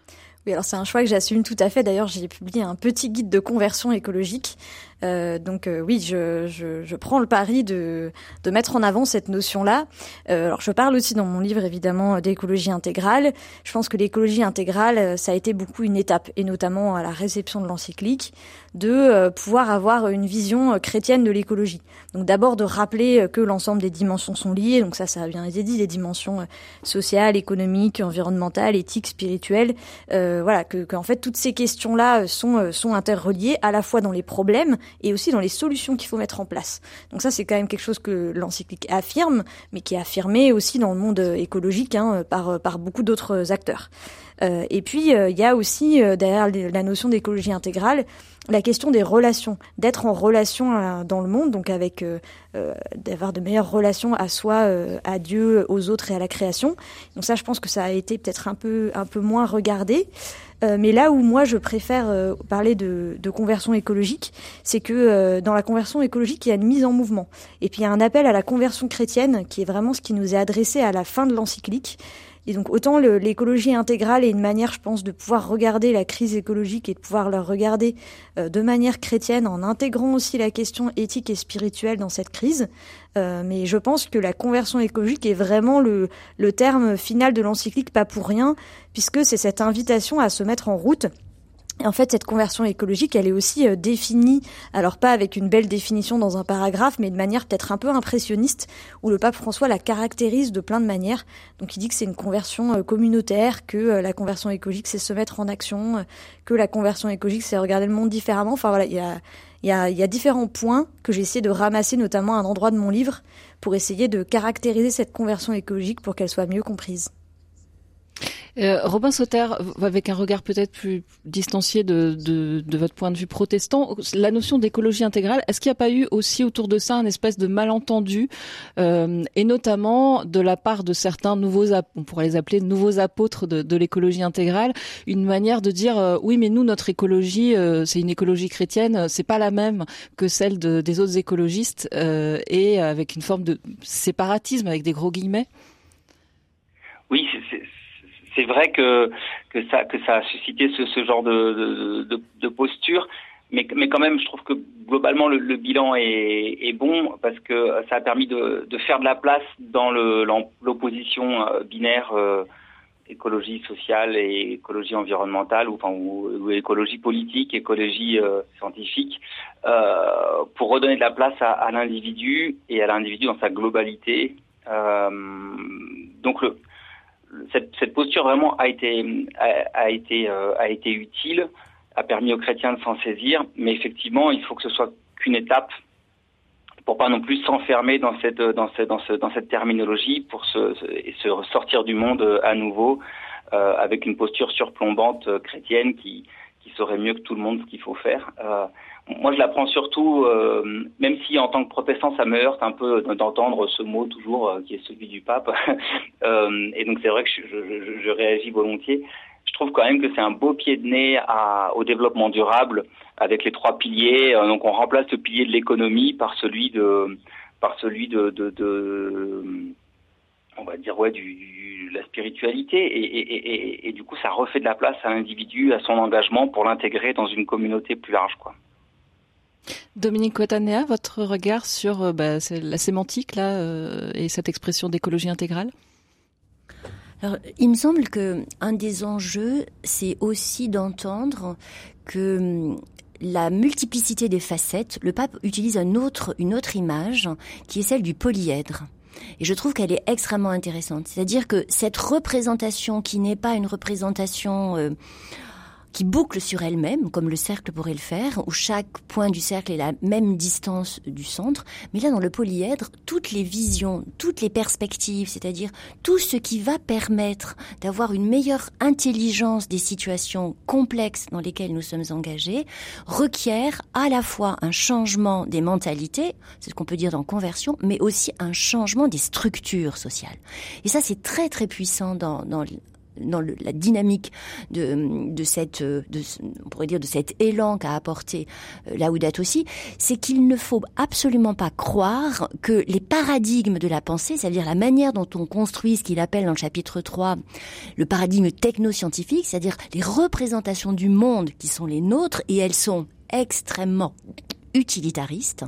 Oui, alors c'est un choix que j'assume tout à fait. D'ailleurs, j'ai publié un petit guide de conversion écologique. Euh, donc euh, oui, je, je, je prends le pari de, de mettre en avant cette notion-là. Euh, alors je parle aussi dans mon livre évidemment d'écologie intégrale. Je pense que l'écologie intégrale, ça a été beaucoup une étape, et notamment à la réception de l'encyclique, de euh, pouvoir avoir une vision chrétienne de l'écologie. Donc d'abord de rappeler que l'ensemble des dimensions sont liées. Donc ça, ça a bien été dit, les dimensions sociales, économiques, environnementales, éthiques, spirituelles. Euh, voilà, que, que en fait toutes ces questions-là sont sont interreliées à la fois dans les problèmes et aussi dans les solutions qu'il faut mettre en place. Donc ça, c'est quand même quelque chose que l'encyclique affirme, mais qui est affirmé aussi dans le monde écologique hein, par par beaucoup d'autres acteurs. Euh, et puis il euh, y a aussi euh, derrière la notion d'écologie intégrale la question des relations, d'être en relation euh, dans le monde, donc avec euh, euh, d'avoir de meilleures relations à soi, euh, à Dieu, aux autres et à la création. Donc ça, je pense que ça a été peut-être un peu un peu moins regardé. Euh, mais là où moi je préfère euh, parler de, de conversion écologique, c'est que euh, dans la conversion écologique, il y a une mise en mouvement. Et puis il y a un appel à la conversion chrétienne qui est vraiment ce qui nous est adressé à la fin de l'encyclique. Et donc autant le, l'écologie intégrale est une manière, je pense, de pouvoir regarder la crise écologique et de pouvoir la regarder euh, de manière chrétienne en intégrant aussi la question éthique et spirituelle dans cette crise. Euh, mais je pense que la conversion écologique est vraiment le, le terme final de l'encyclique, pas pour rien, puisque c'est cette invitation à se mettre en route. Et en fait, cette conversion écologique, elle est aussi euh, définie, alors pas avec une belle définition dans un paragraphe, mais de manière peut-être un peu impressionniste, où le pape François la caractérise de plein de manières. Donc il dit que c'est une conversion euh, communautaire, que euh, la conversion écologique, c'est se mettre en action, euh, que la conversion écologique, c'est regarder le monde différemment. Enfin voilà, il y a, il y a, il y a différents points que j'ai essayé de ramasser, notamment à un endroit de mon livre, pour essayer de caractériser cette conversion écologique pour qu'elle soit mieux comprise. Euh, Robin Sauter, avec un regard peut-être plus distancié de, de, de votre point de vue protestant, la notion d'écologie intégrale, est-ce qu'il n'y a pas eu aussi autour de ça un espèce de malentendu, euh, et notamment de la part de certains nouveaux, on pourrait les appeler nouveaux apôtres de, de l'écologie intégrale, une manière de dire euh, oui mais nous notre écologie euh, c'est une écologie chrétienne, c'est pas la même que celle de, des autres écologistes, euh, et avec une forme de séparatisme avec des gros guillemets. Oui, c'est, c'est... C'est vrai que que ça que ça a suscité ce, ce genre de, de, de, de posture, mais mais quand même je trouve que globalement le, le bilan est, est bon parce que ça a permis de, de faire de la place dans le l'opposition binaire euh, écologie sociale et écologie environnementale ou enfin ou, ou écologie politique, écologie euh, scientifique, euh, pour redonner de la place à, à l'individu et à l'individu dans sa globalité. Euh, donc le Cette, cette posture vraiment a été a, a été euh, a été utile, a permis aux chrétiens de s'en saisir, mais effectivement il faut que ce soit qu'une étape pour pas non plus s'enfermer dans cette dans cette dans, ce, dans cette terminologie pour se, se et se sortir du monde à nouveau euh, avec une posture surplombante euh, chrétienne qui qui saurait mieux que tout le monde ce qu'il faut faire. Euh, Moi, je l'apprends surtout, euh, même si en tant que protestant, ça me heurte un peu d'entendre ce mot toujours euh, qui est celui du pape. euh, et donc, c'est vrai que je, je, je réagis volontiers. Je trouve quand même que c'est un beau pied de nez à, au développement durable avec les trois piliers. Euh, donc, on remplace le pilier de l'économie par celui de, par celui de, de, de on va dire ouais, du, du la spiritualité. Et, et, et, et, et du coup, ça refait de la place à l'individu, à son engagement pour l'intégrer dans une communauté plus large, quoi. Dominique Cotanea, votre regard sur euh, bah, la sémantique là euh, et cette expression d'écologie intégrale? Alors, il me semble que un des enjeux, c'est aussi d'entendre que la multiplicité des facettes, le pape utilise un autre, une autre image qui est celle du polyèdre. Et je trouve qu'elle est extrêmement intéressante. C'est-à-dire que cette représentation qui n'est pas une représentation euh, qui boucle sur elle-même, comme le cercle pourrait le faire, où chaque point du cercle est la même distance du centre. Mais là, dans le polyèdre, toutes les visions, toutes les perspectives, c'est-à-dire tout ce qui va permettre d'avoir une meilleure intelligence des situations complexes dans lesquelles nous sommes engagés, requiert à la fois un changement des mentalités, c'est ce qu'on peut dire dans conversion, mais aussi un changement des structures sociales. Et ça, c'est très très puissant dans, dans dans le, la dynamique de, de cette, de, on pourrait dire de cet élan qu'a apporté Laudato Si, c'est qu'il ne faut absolument pas croire que les paradigmes de la pensée, c'est-à-dire la manière dont on construit ce qu'il appelle dans le chapitre trois le paradigme technoscientifique, c'est-à-dire les représentations du monde qui sont les nôtres, et elles sont extrêmement utilitaristes,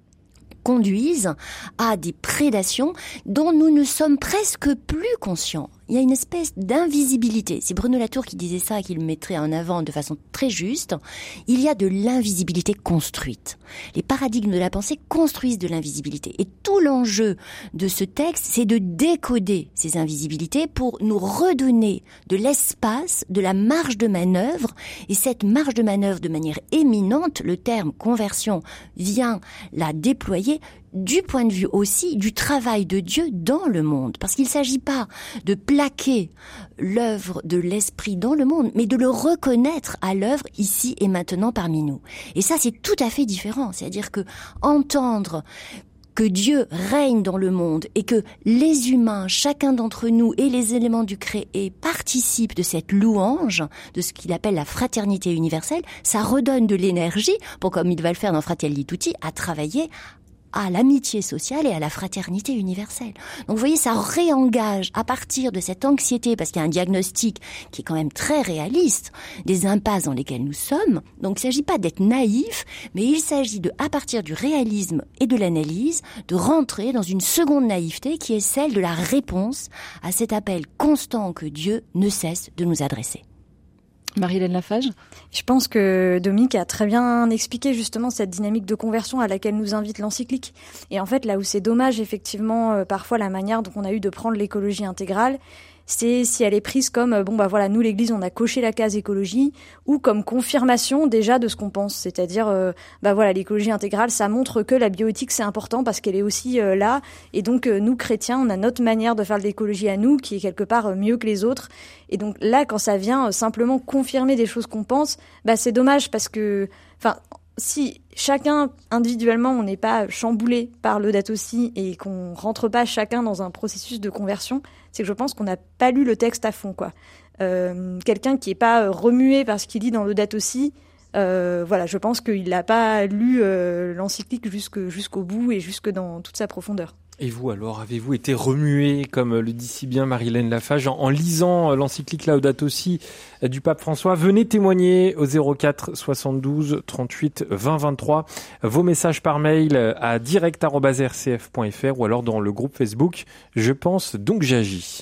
conduisent à des prédations dont nous ne sommes presque plus conscients. Il y a une espèce d'invisibilité. C'est Bruno Latour qui disait ça, qui le mettrait en avant de façon très juste. Il y a de l'invisibilité construite. Les paradigmes de la pensée construisent de l'invisibilité. Et tout l'enjeu de ce texte, c'est de décoder ces invisibilités pour nous redonner de l'espace, de la marge de manœuvre. Et cette marge de manœuvre, de manière éminente, le terme conversion vient la déployer du point de vue aussi du travail de Dieu dans le monde. Parce qu'il ne s'agit pas de plaquer l'œuvre de l'Esprit dans le monde, mais de le reconnaître à l'œuvre ici et maintenant parmi nous. Et ça, c'est tout à fait différent. C'est-à-dire que entendre que Dieu règne dans le monde et que les humains, chacun d'entre nous et les éléments du créé participent de cette louange, de ce qu'il appelle la fraternité universelle, ça redonne de l'énergie pour, comme il va le faire dans Fratelli Tutti, à travailler à l'amitié sociale et à la fraternité universelle. Donc vous voyez, ça réengage à partir de cette anxiété, parce qu'il y a un diagnostic qui est quand même très réaliste, des impasses dans lesquelles nous sommes. Donc il ne s'agit pas d'être naïf, mais il s'agit de, à partir du réalisme et de l'analyse, de rentrer dans une seconde naïveté qui est celle de la réponse à cet appel constant que Dieu ne cesse de nous adresser. Marie-Hélène Lafage ? Je pense que Dominique a très bien expliqué justement cette dynamique de conversion à laquelle nous invite l'encyclique. Et en fait, là où c'est dommage, effectivement, euh, parfois la manière dont on a eu de prendre l'écologie intégrale, c'est si elle est prise comme, euh, bon bah voilà, nous l'Église, on a coché la case écologie, ou comme confirmation déjà de ce qu'on pense. C'est-à-dire, euh, bah voilà, l'écologie intégrale, ça montre que la bioéthique, c'est important parce qu'elle est aussi euh, là. Et donc, euh, nous, chrétiens, on a notre manière de faire de l'écologie à nous, qui est quelque part euh, mieux que les autres. Et donc là, quand ça vient euh, simplement confirmer des choses qu'on pense, bah c'est dommage parce que, enfin, si chacun individuellement on n'est pas chamboulé par Laudato Si et qu'on rentre pas chacun dans un processus de conversion, c'est que je pense qu'on n'a pas lu le texte à fond, quoi. Euh, quelqu'un qui est pas remué par ce qu'il dit dans Laudato Si, euh, voilà, je pense qu'il n'a pas lu euh, l'encyclique jusque, jusqu'au bout et jusque dans toute sa profondeur. Et vous alors, avez-vous été remué, comme le dit si bien Marie-Hélène Lafage, en, en lisant l'encyclique Laudato Si du pape François? Venez témoigner au zéro quatre soixante-douze trente-huit vingt vingt-trois. Vos messages par mail à direct arobase r c f point f r ou alors dans le groupe Facebook Je pense donc j'agis.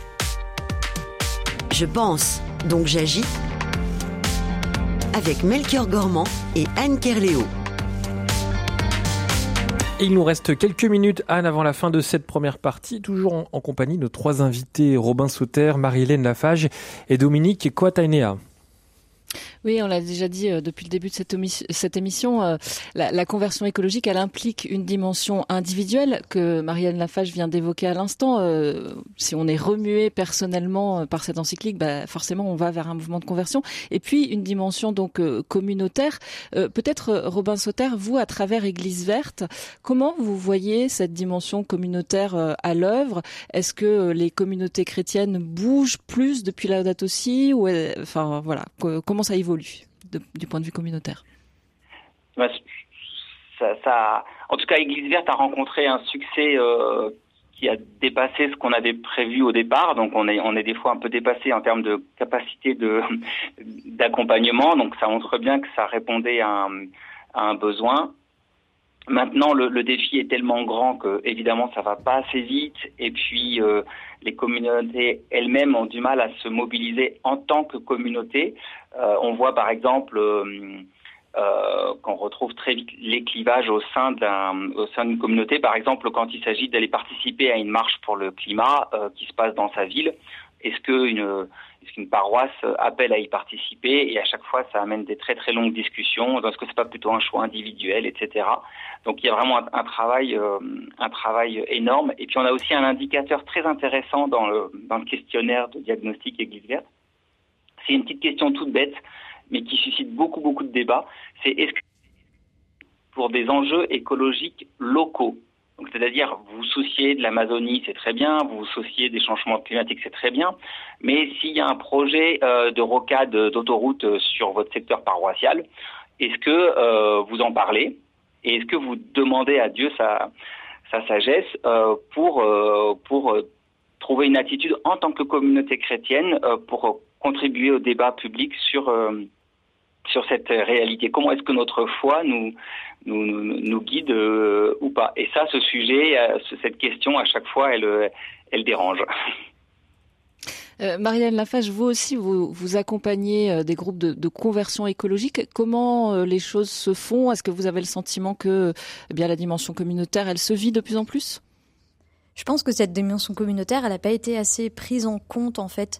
Je pense donc j'agis avec Melchior Gormand et Anne Kerléo. Il nous reste quelques minutes, Anne, avant la fin de cette première partie, toujours en, en compagnie de nos trois invités, Robin Sauter, Marie-Hélène Lafage et Dominique Coatainea. Oui, on l'a déjà dit euh, depuis le début de cette, omis- cette émission, euh, la, la conversion écologique, elle implique une dimension individuelle que Marie-Hélène Lafage vient d'évoquer à l'instant. Euh, si on est remué personnellement euh, par cette encyclique, bah, forcément on va vers un mouvement de conversion. Et puis une dimension donc euh, communautaire. Euh, peut-être euh, Robin Sauter, vous, à travers Église Verte, comment vous voyez cette dimension communautaire euh, à l'œuvre? Est-ce que euh, les communautés chrétiennes bougent plus depuis Laudato Si ou euh, enfin voilà, que, comment ça évolue de, du point de vue communautaire? Ça, ça, en tout cas, Église Verte a rencontré un succès euh, qui a dépassé ce qu'on avait prévu au départ. Donc, on est, on est des fois un peu dépassé en termes de capacité de d'accompagnement. Donc, ça montre bien que ça répondait à un, à un besoin. Maintenant, le, le défi est tellement grand que, évidemment, ça va pas assez vite. Et puis, euh, les communautés elles-mêmes ont du mal à se mobiliser en tant que communauté. Euh, on voit, par exemple, euh, euh, qu'on retrouve très vite les clivages au sein d'un, au sein d'une communauté. Par exemple, quand il s'agit d'aller participer à une marche pour le climat euh, qui se passe dans sa ville, est-ce qu'une est-ce qu'une paroisse appelle à y participer? Et à chaque fois, ça amène des très très longues discussions. Est-ce que c'est pas plutôt un choix individuel, et cetera. Donc il y a vraiment un, un travail, euh, un travail énorme. Et puis on a aussi un indicateur très intéressant dans le dans le questionnaire de diagnostic Église Verte. C'est une petite question toute bête, mais qui suscite beaucoup beaucoup de débats. C'est est-ce que pour des enjeux écologiques locaux? Donc, c'est-à-dire, vous vous souciez de l'Amazonie, c'est très bien, vous vous souciez des changements climatiques, c'est très bien, mais s'il y a un projet euh, de rocade d'autoroute sur votre secteur paroissial, est-ce que euh, vous en parlez et est-ce que vous demandez à Dieu sa, sa sagesse euh, pour, euh, pour trouver une attitude en tant que communauté chrétienne euh, pour contribuer au débat public sur... Euh, sur cette réalité. Comment est-ce que notre foi nous nous, nous, nous guide euh, ou pas. Et ça, ce sujet, euh, cette question, à chaque fois, elle, elle dérange. Euh, Marie-Hélène Lafage, vous aussi, vous, vous accompagnez euh, des groupes de, de conversion écologique. Comment euh, les choses se font ? Est-ce que vous avez le sentiment que eh bien, la dimension communautaire, elle se vit de plus en plus ? Je pense que cette dimension communautaire, elle n'a pas été assez prise en compte, en fait.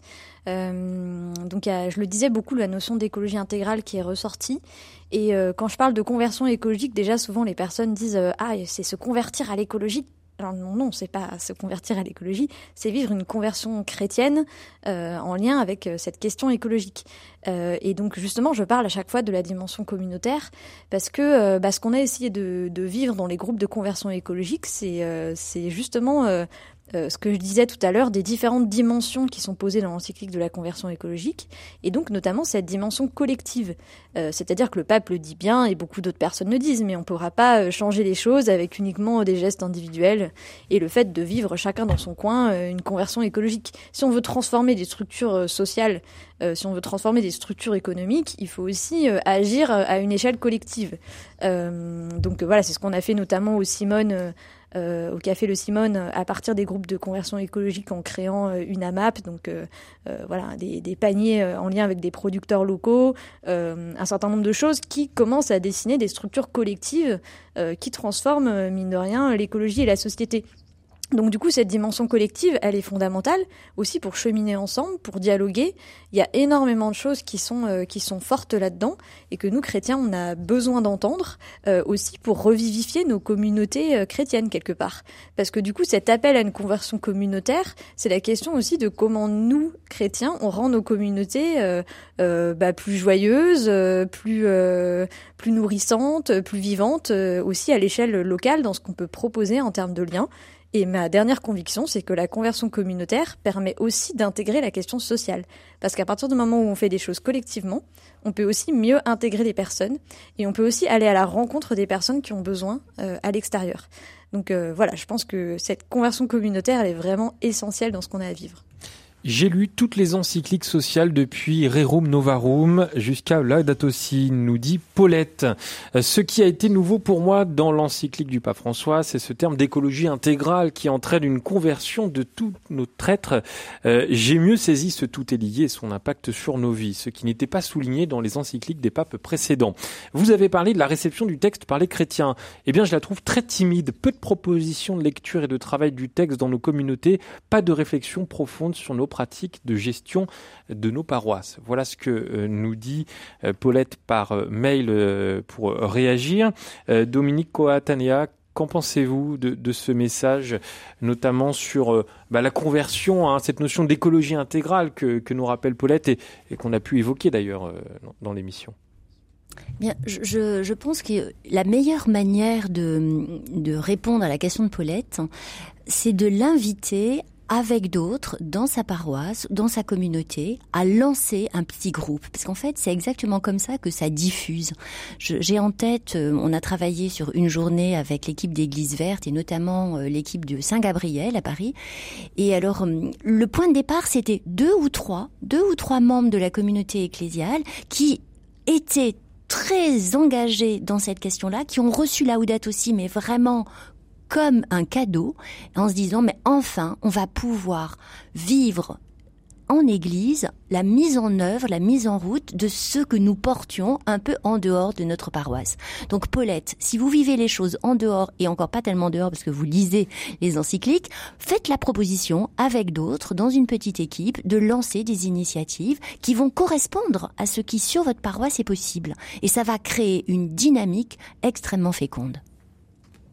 Euh, donc, a, je le disais beaucoup, la notion d'écologie intégrale qui est ressortie. Et euh, quand je parle de conversion écologique, déjà, souvent, les personnes disent euh, « Ah, c'est se convertir à l'écologie ». Alors non, non, c'est pas se convertir à l'écologie, c'est vivre une conversion chrétienne euh, en lien avec euh, cette question écologique. Euh, et donc justement, je parle à chaque fois de la dimension communautaire parce que euh, bah, ce qu'on a essayé de, de vivre dans les groupes de conversion écologique, c'est, euh, c'est justement euh, euh, ce que je disais tout à l'heure, des différentes dimensions qui sont posées dans l'encyclique de la conversion écologique, et donc notamment cette dimension collective. Euh, c'est-à-dire que le pape le dit bien, et beaucoup d'autres personnes le disent, mais on ne pourra pas changer les choses avec uniquement des gestes individuels et le fait de vivre chacun dans son coin euh, une conversion écologique. Si on veut transformer des structures euh, sociales, euh, si on veut transformer des structures économiques, il faut aussi euh, agir à une échelle collective. Euh, donc euh, voilà, c'est ce qu'on a fait notamment au Simone, euh, Euh, au Café Le Simone à partir des groupes de conversion écologique en créant euh, une A M A P, donc euh, euh, voilà, des, des paniers euh, en lien avec des producteurs locaux, euh, un certain nombre de choses qui commencent à dessiner des structures collectives euh, qui transforment, euh, mine de rien, l'écologie et la société. Donc du coup, cette dimension collective, elle est fondamentale aussi pour cheminer ensemble, pour dialoguer. Il y a énormément de choses qui sont euh, qui sont fortes là-dedans et que nous, chrétiens, on a besoin d'entendre euh, aussi pour revivifier nos communautés euh, chrétiennes quelque part. Parce que du coup, cet appel à une conversion communautaire, c'est la question aussi de comment nous, chrétiens, on rend nos communautés euh, euh, bah, plus joyeuses, euh, plus euh, plus nourrissantes, plus vivantes, euh, aussi à l'échelle locale dans ce qu'on peut proposer en termes de liens. Et ma dernière conviction, c'est que la conversion communautaire permet aussi d'intégrer la question sociale. Parce qu'à partir du moment où on fait des choses collectivement, on peut aussi mieux intégrer les personnes et on peut aussi aller à la rencontre des personnes qui ont besoin euh, à l'extérieur. Donc euh, voilà, je pense que cette conversion communautaire, elle est vraiment essentielle dans ce qu'on a à vivre. J'ai lu toutes les encycliques sociales depuis Rerum Novarum jusqu'à Laudato Si, nous dit Paulette. Ce qui a été nouveau pour moi dans l'encyclique du pape François, c'est ce terme d'écologie intégrale qui entraîne une conversion de tous nos êtres. Euh, j'ai mieux saisi ce tout est lié et son impact sur nos vies, ce qui n'était pas souligné dans les encycliques des papes précédents. Vous avez parlé de la réception du texte par les chrétiens. Eh bien, je la trouve très timide. Peu de propositions de lecture et de travail du texte dans nos communautés, pas de réflexion profonde sur nos pratiques de gestion de nos paroisses. Voilà ce que euh, nous dit euh, Paulette par euh, mail euh, pour euh, réagir. Euh, Dominique Coatanea, qu'en pensez-vous de, de ce message, notamment sur euh, bah, la conversion, hein, cette notion d'écologie intégrale que, que nous rappelle Paulette et, et qu'on a pu évoquer d'ailleurs euh, dans, dans l'émission? Bien, je, je pense que la meilleure manière de, de répondre à la question de Paulette, c'est de l'inviter avec d'autres, dans sa paroisse, dans sa communauté, à lancer un petit groupe. Parce qu'en fait, c'est exactement comme ça que ça diffuse. Je, j'ai en tête, euh, on a travaillé sur une journée avec l'équipe d'Église Verte et notamment euh, l'équipe de Saint-Gabriel à Paris. Et alors, euh, le point de départ, c'était deux ou trois, deux ou trois membres de la communauté ecclésiale qui étaient très engagés dans cette question-là, qui ont reçu Laudato Si, mais vraiment comme un cadeau, en se disant, mais enfin, on va pouvoir vivre en Église la mise en œuvre, la mise en route de ce que nous portions un peu en dehors de notre paroisse. Donc Paulette, si vous vivez les choses en dehors, et encore pas tellement dehors parce que vous lisez les encycliques, faites la proposition avec d'autres, dans une petite équipe, de lancer des initiatives qui vont correspondre à ce qui sur votre paroisse est possible. Et ça va créer une dynamique extrêmement féconde.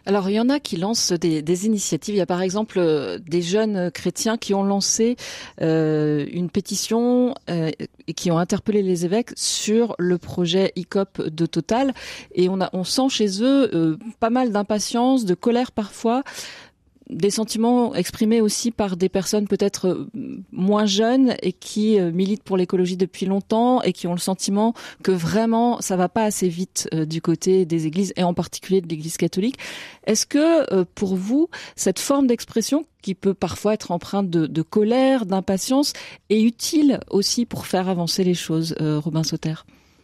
Alors, il y en a qui lancent des, des initiatives. Il y a par exemple euh, des jeunes chrétiens qui ont lancé euh, une pétition euh, et qui ont interpellé les évêques sur le projet I C O P de Total. Et on, a, on sent chez eux euh, pas mal d'impatience, de colère parfois, des sentiments exprimés aussi par des personnes peut-être moins jeunes et qui militent pour l'écologie depuis longtemps et qui ont le sentiment que vraiment ça va pas assez vite euh, du côté des églises et en particulier de l'Église catholique. Est-ce que euh, pour vous, cette forme d'expression qui peut parfois être empreinte de, de colère, d'impatience, est utile aussi pour faire avancer les choses, euh, Robin Sauter ?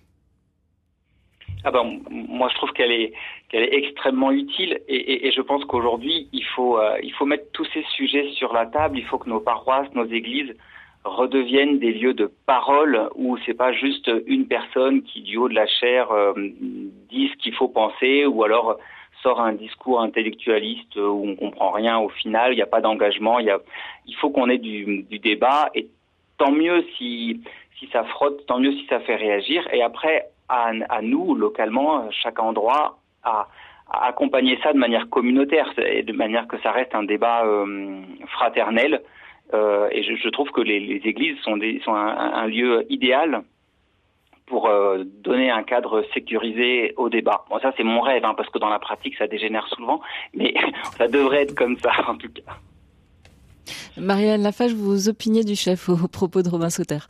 Ah ben, moi je trouve qu'elle est qu'elle est extrêmement utile et, et, et je pense qu'aujourd'hui il faut euh, il faut mettre tous ces sujets sur la table. Il faut que nos paroisses, nos églises redeviennent des lieux de parole où c'est pas juste une personne qui du haut de la chair euh, dit ce qu'il faut penser ou alors sort un discours intellectualiste où on comprend rien au final. Il n'y a pas d'engagement. Il y a il faut qu'on ait du, du débat et tant mieux si si ça frotte, tant mieux si ça fait réagir et après À, à nous, localement, chaque endroit, à, à accompagner ça de manière communautaire, et de manière que ça reste un débat euh, fraternel. Euh, et je, je trouve que les, les églises sont, des, sont un, un lieu idéal pour euh, donner un cadre sécurisé au débat. Bon, ça, c'est mon rêve, hein, parce que dans la pratique, ça dégénère souvent, mais ça devrait être comme ça, en tout cas. Marie-Hélène Lafage, vous opiniez du chef au propos de Robin Sauter.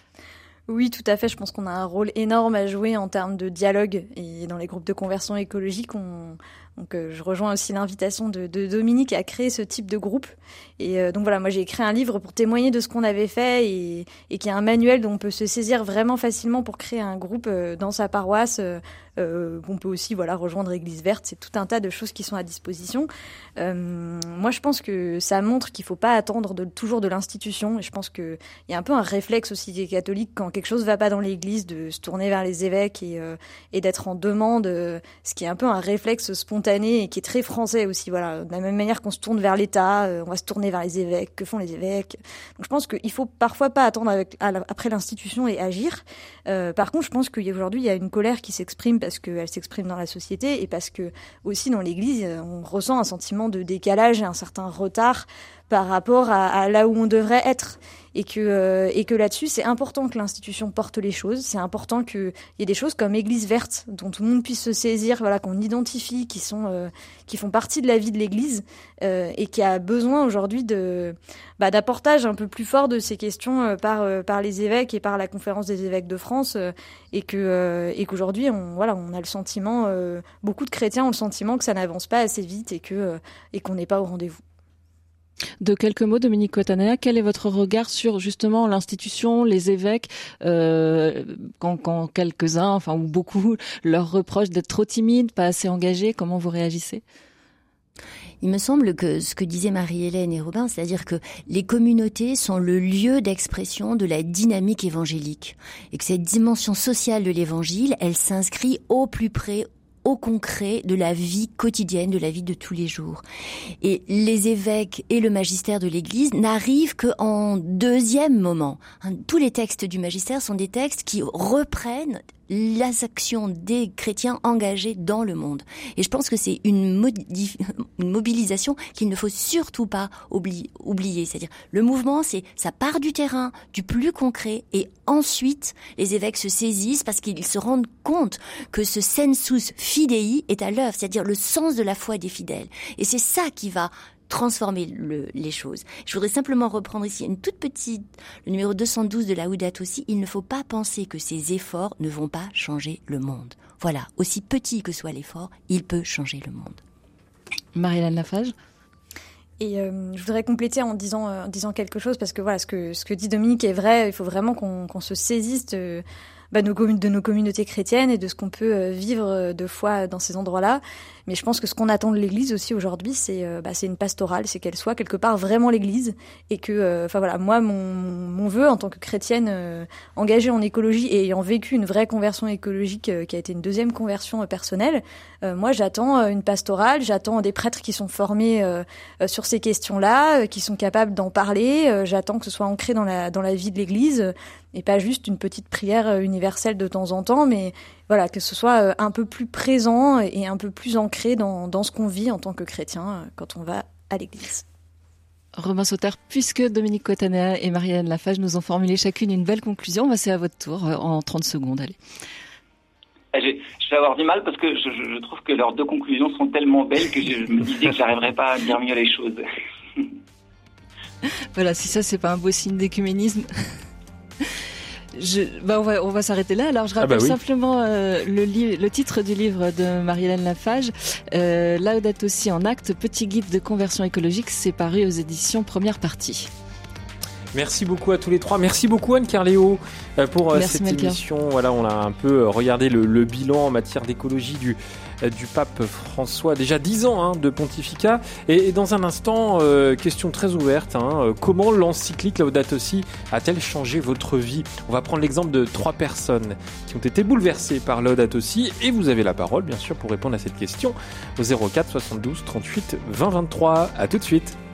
Oui, tout à fait. Je pense qu'on a un rôle énorme à jouer en termes de dialogue et dans les groupes de conversion écologique. On, donc, euh, je rejoins aussi l'invitation de, de Dominique à créer ce type de groupe. Et euh, donc voilà, moi j'ai écrit un livre pour témoigner de ce qu'on avait fait et, et qui est un manuel dont on peut se saisir vraiment facilement pour créer un groupe euh, dans sa paroisse. Euh, euh, on peut aussi voilà rejoindre Église Verte. C'est tout un tas de choses qui sont à disposition. Euh, moi, je pense que ça montre qu'il faut pas attendre de, toujours de l'institution. Et je pense que il y a un peu un réflexe aussi des catholiques quand quelque chose va pas dans l'Église de se tourner vers les évêques et, euh, et d'être en demande. Euh, ce qui est un peu un réflexe spontané et qui est très français aussi. Voilà, de la même manière qu'on se tourne vers l'État, euh, on va se tourner vers les évêques. Que font les évêques ? Donc, je pense qu'il faut parfois pas attendre avec, à la, après l'institution et agir. Euh, par contre, je pense qu'aujourd'hui il y a une colère qui s'exprime parce qu'elle s'exprime dans la société et parce que aussi dans l'Église, on ressent un sentiment de décalage et un certain retard par rapport à, à là où on devrait être. Et que, euh, et que là-dessus, c'est important que l'institution porte les choses. C'est important qu'il y ait des choses comme Église Verte, dont tout le monde puisse se saisir, voilà, qu'on identifie, qui sont, euh, qui font partie de la vie de l'Église, euh, et qui a besoin aujourd'hui de, bah, d'apportage un peu plus fort de ces questions euh, par, euh, par les évêques et par la Conférence des évêques de France, euh, et que, euh, et qu'aujourd'hui, on, voilà, on a le sentiment, euh, beaucoup de chrétiens ont le sentiment que ça n'avance pas assez vite et que, euh, et qu'on n'est pas au rendez-vous. De quelques mots, Dominique Cotanea, quel est votre regard sur justement l'institution, les évêques, euh, quand, quand quelques-uns, enfin ou beaucoup, leur reprochent d'être trop timides, pas assez engagés, comment vous réagissez ? Il me semble que ce que disaient Marie-Hélène et Robin, c'est-à-dire que les communautés sont le lieu d'expression de la dynamique évangélique et que cette dimension sociale de l'évangile, elle s'inscrit au plus près, au concret de la vie quotidienne, de la vie de tous les jours. Et les évêques et le magistère de l'Église n'arrivent qu'en deuxième moment. Tous les textes du magistère sont des textes qui reprennent les actions des chrétiens engagés dans le monde. Et je pense que c'est une, modif- une mobilisation qu'il ne faut surtout pas oubli- oublier. C'est-à-dire, le mouvement, c'est, ça part du terrain, du plus concret, et ensuite, les évêques se saisissent parce qu'ils se rendent compte que ce sensus fidei est à l'œuvre, c'est-à-dire le sens de la foi des fidèles. Et c'est ça qui va transformer le, les choses. Je voudrais simplement reprendre ici une toute petite, le numéro deux cent douze de Laudato Si. Il ne faut pas penser que ces efforts ne vont pas changer le monde. Voilà, aussi petit que soit l'effort, il peut changer le monde. Marie-Hélène Lafage. Et euh, je voudrais compléter en disant, euh, en disant quelque chose, parce que voilà, ce que, ce que dit Dominique est vrai, il faut vraiment qu'on, qu'on se saisisse de, bah, nos, de nos communautés chrétiennes et de ce qu'on peut vivre de foi dans ces endroits-là. Mais je pense que ce qu'on attend de l'Église aussi aujourd'hui, c'est, euh, bah, c'est une pastorale, c'est qu'elle soit quelque part vraiment l'Église, et que, enfin euh, voilà, moi mon, mon vœu en tant que chrétienne euh, engagée en écologie et ayant vécu une vraie conversion écologique euh, qui a été une deuxième conversion euh, personnelle, euh, moi j'attends euh, une pastorale, j'attends des prêtres qui sont formés euh, euh, sur ces questions-là, euh, qui sont capables d'en parler, euh, j'attends que ce soit ancré dans la dans la vie de l'Église, et pas juste une petite prière universelle de temps en temps, mais voilà, que ce soit un peu plus présent et un peu plus ancré dans, dans ce qu'on vit en tant que chrétien quand on va à l'église. Robin Sauter, puisque Dominique Coetanéa et Marie-Hélène Lafage nous ont formulé chacune une belle conclusion, bah c'est à votre tour en trente secondes, allez. Je, je vais avoir du mal parce que je, je trouve que leurs deux conclusions sont tellement belles que je, je me disais que j'arriverais pas à dire mieux les choses. Voilà, si ça c'est pas un beau signe d'écuménisme. Je, bah on va on va s'arrêter là. Alors je rappelle ah bah oui. simplement euh, le, li- le titre du livre de Marie-Hélène Lafage, euh, Laudato Si en acte, petit guide de conversion écologique, c'est paru aux éditions Première Partie. Merci beaucoup à tous les trois. Merci beaucoup Anne Carléo pour Merci cette Melchior. émission. Voilà, on a un peu regardé le, le bilan en matière d'écologie du du pape François. Déjà dix ans hein, de pontificat. Et, et dans un instant, euh, question très ouverte. Hein, comment l'encyclique Laudato Si a-t-elle changé votre vie ? On va prendre l'exemple de trois personnes qui ont été bouleversées par Laudato Si. Et vous avez la parole, bien sûr, pour répondre à cette question au zéro quatre soixante-douze trente-huit vingt vingt-trois. À tout de suite.